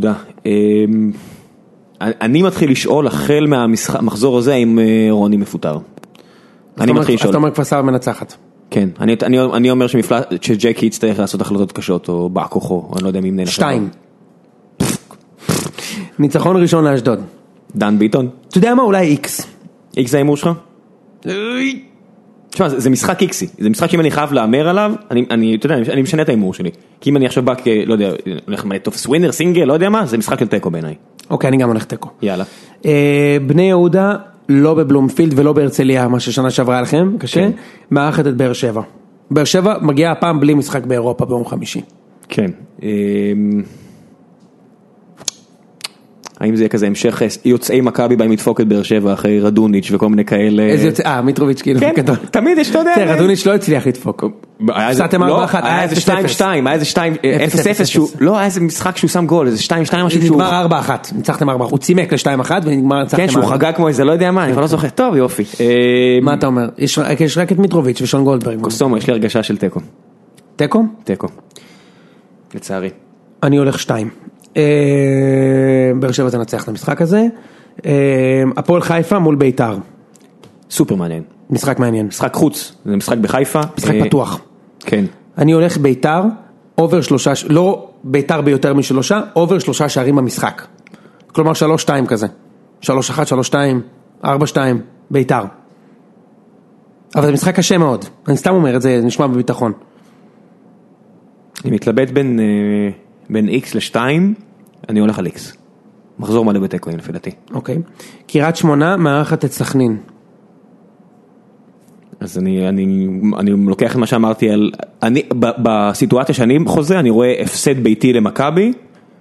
אני מתחיל לשאול החל מהמחזור הזה אם רוני מפוטר. אני מתחיל לשאול. אתה אומר כפר סבא מנצחת. כן, אני אומר שג'קי יצטרך לעשות החלטות קשות, או בא כוחו, אני לא יודע מי מנהל. 2. ניצחון ראשון לאשדוד. דן ביטון. אתה יודע מה? אולי איקס. איקס זה האימור שלך? תשמע, זה משחק איקסי. זה משחק שאם אני חייב לאמר עליו, אני משנה את האימור שלי. כי אם אני עכשיו בא לא יודע, הולך תופס ווינר, סינגל, לא יודע מה, זה משחק של טקו בעיניי. אוקיי, אני גם הולך טקו. יאללה. בני יהודה, לא בבלומפילד ולא בהרצליה, מה ששנה שעברה לכם, קשה, מארחת את באר שבע. באר שבע מגיעה הפעם בלי משחק באירופה ביום חמישי. כן. האם זה יהיה כזה המשך יוצאי מכבי באים לדפוק את באר שבע אחרי רדוניץ' וכל מיני כאלה? איזה יוצא, מיטרוביץ' כאילו. כן, תמיד יש, אתה יודע. רדוניץ' לא הצליח לדפוק. הפסדתם 4-1, היה איזה 2-2, היה איזה 2-0, לא, היה איזה משחק שהוא שם גול, איזה 2-2 משהו שהוא... נגמר 4-1, ניצחתם 4-1, הוא צימק ל-2-1 ונגמר ניצחתם 4-1. כן, שהוא חגג כמו איזה, לא יודע מה, אני כבר לא זוכר, טוב יופי. מה אתה אומר? יש רק את מיטרוביץ' ושון גולדברג. קוסומו, יש לי הרגשה של טקו. טקו? טקו. לצערי. אני הולך 2. באר שבע תנצח את המשחק הזה. הפועל חיפה מול ביתר. סופר מעניין. משחק מעניין. משחק חוץ, זה משחק בחיפה. משחק פתוח. כן. אני הולך ביתר, אובר 3, לא ביתר ביותר מ3, אובר 3 שערים במשחק. כלומר 3-2 כזה. 3-1, 3-2, 4-2, ביתר. אבל זה משחק קשה מאוד. אני סתם אומר את זה, נשמע בביטחון. אני מתלבט בין X ל-2, אני הולך על X. מחזור מלא בתיקו, לפי דעתי. אוקיי. קריית שמונה מארחת את סכנין. אז אני לוקח את מה שאמרתי על, בסיטואציה שאני חוזה, אני רואה הפסד ביתי למכבי,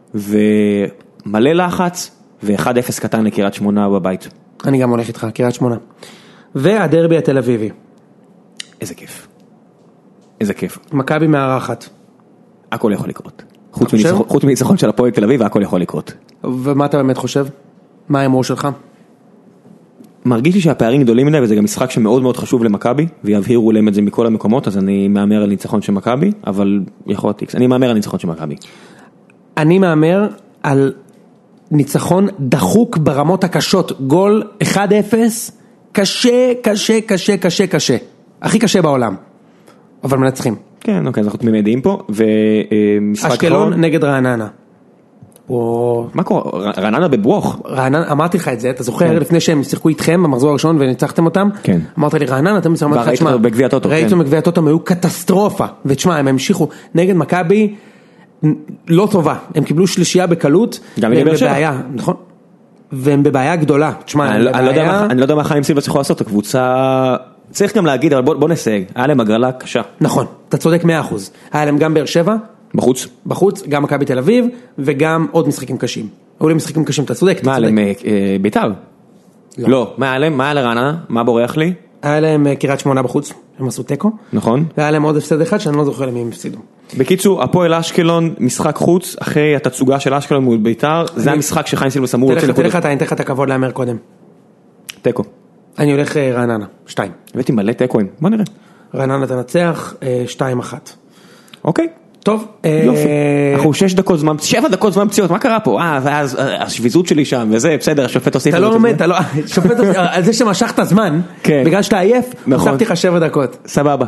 ומלא לחץ, ו1-0 קטן לקריית שמונה בבית. אני גם הולך איתך, קריית שמונה. והדרבי התל אביבי. איזה כיף. איזה כיף. מכבי מארחת. הכל יכול לקרות. חוץ מניצחון של הפועל תל אביב, הכל יכול לקרות. ומה אתה באמת חושב? מה האמור שלך? מרגיש לי שהפערים גדולים מדי, וזה גם משחק שמאוד מאוד חשוב למכבי, ויבהירו להם את זה מכל המקומות, אז אני מאמר על ניצחון של מכבי, אבל יכול להיות X. אני מאמר על ניצחון של מכבי. אני מאמר על ניצחון דחוק ברמות הקשות, גול 1-0, קשה, קשה, קשה, קשה, קשה. הכי קשה בעולם. אבל מנצחים. כן, אוקיי, אז אנחנו תמימי דעים פה, ומשחק אשקלון נגד רעננה. מה קורה? רעננה בברוך. רעננה, אמרתי לך את זה, אתה זוכר לפני שהם שיחקו איתכם במחזור הראשון וניצחתם אותם? כן. אמרת לי רעננה, אתם מצטער, ראיתם בגביע הטוטו. ראיתם בגביע הטוטו, הם היו קטסטרופה, ותשמע, הם המשיכו נגד מכבי לא טובה, הם קיבלו שלישייה בקלות, גם נגד באר שבע. נכון? והם בבעיה גדולה, תשמע, אני לא יודע מה חיים סילבס יכול לעשות, הקבוצה, צריך גם להגיד, אבל בוא נסייג, היה להם הגרלה קשה. נכון, אתה צודק 100%. היה להם גם באר שבע, בחוץ, גם מכבי תל אביב, וגם עוד משחקים קשים. היו להם משחקים קשים, אתה צודק. מה עליהם, ביתר? לא. מה עליהם? מה היה לרעננה? מה בורח לי? היה להם קריית שמונה בחוץ, הם עשו טקו. נכון. והיה להם עוד הפסד אחד שאני לא זוכר למי הם הפסידו. בקיצור, הפועל אשקלון, משחק חוץ, אחרי התצוגה של אשקלון מול ביתר, זה המשחק שחיים סילבס אמור להוציא נקודות. אני אתן לך את הכבוד לאמר קודם. טקו. אני הולך רעננה, 2. הבאתי מלא טקואים, בוא נראה. רעננה תנצח, 2-1. אוקיי. טוב. יופי. אנחנו 7 דקות זמן פציעות, מה קרה פה? ואז השביזות שלי שם, וזה, בסדר, השופט הוסיף. אתה לא עומד, השופט הוסיף, על זה שמשכת זמן, בגלל שאתה עייף, הוספתי לך 7 דקות. סבבה.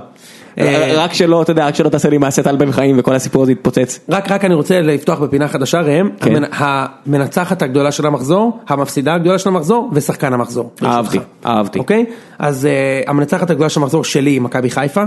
רק שלא, אתה יודע, רק שלא תעשה לי מעשה טל בן חיים וכל הסיפור הזה יתפוצץ. רק אני רוצה לפתוח בפינה חדשה, ראם, המנצחת הגדולה של המחזור, המפסידה הגדולה של המחזור, ושחקן המחזור. אהבתי. אוקיי? אז המנצחת הגדולה של המחזור שלי, מכבי חיפה,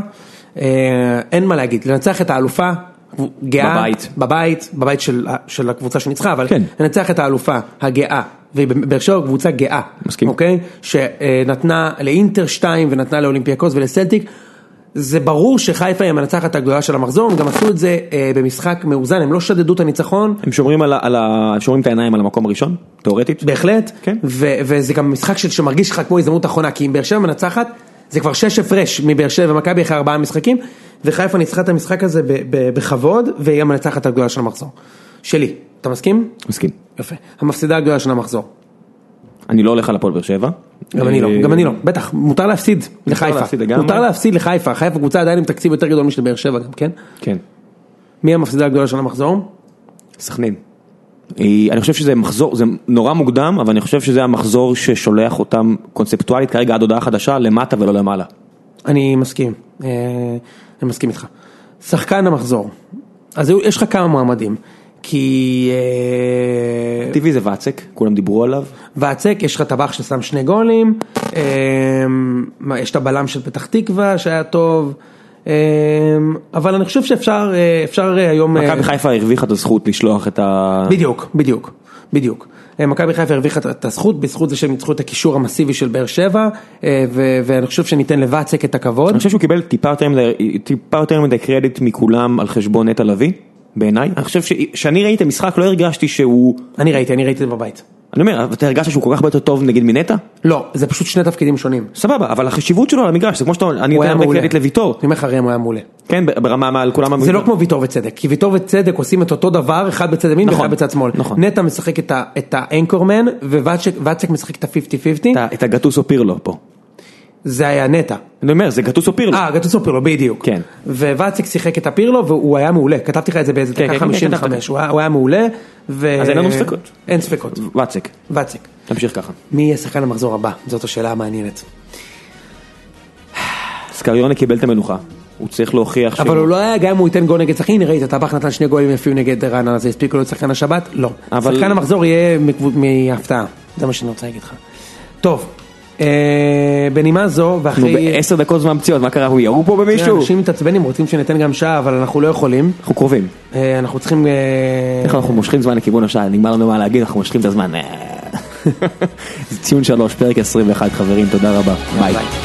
אין מה להגיד, לנצח את האלופה, גאה, בבית של הקבוצה שניצחה, אבל לנצח את האלופה הגאה, ובאר שבע קבוצה גאה, אוקיי? שנתנה לאינטר 2 ונתנה לאולימפיאקוס ולסלטיק, זה ברור שחיפה היא המנצחת הגדולה של המחזור, הם גם עשו את זה במשחק מאוזן, הם לא שדדו את הניצחון. הם שומרים את העיניים על המקום הראשון, תיאורטית? בהחלט, וזה גם משחק שמרגיש לך כמו הזדמנות אחרונה, כי אם באר שבע מנצחת, זה כבר 6 הפרש מבאר שבע ומכבי אחרי 4 משחקים, וחיפה ניצחה את המשחק הזה בכבוד, והיא המנצחת הגדולה של המחזור. שלי, אתה מסכים? מסכים. יפה. המפסידה הגדולה של המחזור. אני לא הולך על הפועל באר שבע. גם אני לא, בטח, מותר להפסיד לחיפה. מותר להפסיד לחיפה, חיפה קבוצה עדיין עם תקציב יותר גדול משל באר שבע גם, כן? כן. מי המפסידה הגדולה של המחזור? סכנין. אני חושב שזה מחזור, זה נורא מוקדם, אבל אני חושב שזה המחזור ששולח אותם קונספטואלית כרגע עד הודעה חדשה, למטה ולא למעלה. אני מסכים איתך. שחקן המחזור. אז יש לך כמה מועמדים. כי טבעי זה ועצק, כולם דיברו עליו. ועצק, יש לך טבח ששם 2 גולים, יש את הבלם של פתח תקווה שהיה טוב, אבל אני חושב שאפשר היום. מכבי חיפה הרוויחה את הזכות לשלוח את ה... בדיוק. מכבי חיפה הרוויחה את הזכות, בזכות זה שהם ניצחו את הקישור המסיבי של באר שבע, ואני חושב שניתן לוועצק את הכבוד. אני חושב שהוא קיבל טיפה יותר מדי קרדיט מכולם על חשבון נטע לביא. בעיניי, אני חושב שאני ראיתי את המשחק, לא הרגשתי שהוא... אני ראיתי את זה בבית. אני אומר, אתה הרגשת שהוא כל כך יותר טוב נגיד מנטע? לא, זה פשוט 2 תפקידים שונים. סבבה, אבל החשיבות שלו על המגרש, זה כמו שאתה, אני אתן הרבה קרדיט לויטור. אני אומר לך, ראם, הוא היה מעולה. כן, ברמה מעל כולם... זה לא כמו ויטור וצדק, כי ויטור וצדק עושים את אותו דבר, אחד בצד ימין ואחד בצד שמאל. נטע משחק את האנקורמן, ווואצ'ק משחק את ה-50-50. את הגטוסו פירלו פה. זה היה נטע. אני אומר, זה גטוסו פירלו. גטוסו פירלו, בדיוק. כן. וואציק שיחק את הפירלו, והוא היה מעולה. כתבתי לך את זה באיזה דקה 55. הוא היה מעולה. אז אין לנו ספקות. אין ספקות. ואציק. תמשיך ככה. מי יהיה שחקן המחזור הבא? זאת השאלה המעניינת. סקריונה קיבל את המנוחה. הוא צריך להוכיח אבל הוא לא היה, גם אם הוא ייתן גול נגד שחקן, ראית, טבח נתן 2 גולים יפים נגד רעננה, אז יספיקו לו שחקן השבת? לא. שחקן המחזור יהיה מהפתעה. זה מה שאני רוצה להגיד לך. טוב. בנימה זו, ואחרי... ב10 דקות זמן פציעות, מה קרה? הוא ירו פה במישהו? אנשים מתעצבנים, רוצים שניתן גם שעה, אבל אנחנו לא יכולים. אנחנו קרובים. אנחנו צריכים... איך אנחנו מושכים זמן לכיוון השעה? נגמר לנו מה להגיד, אנחנו מושכים את הזמן. ציון 3, פרק 21, חברים, תודה רבה. ביי.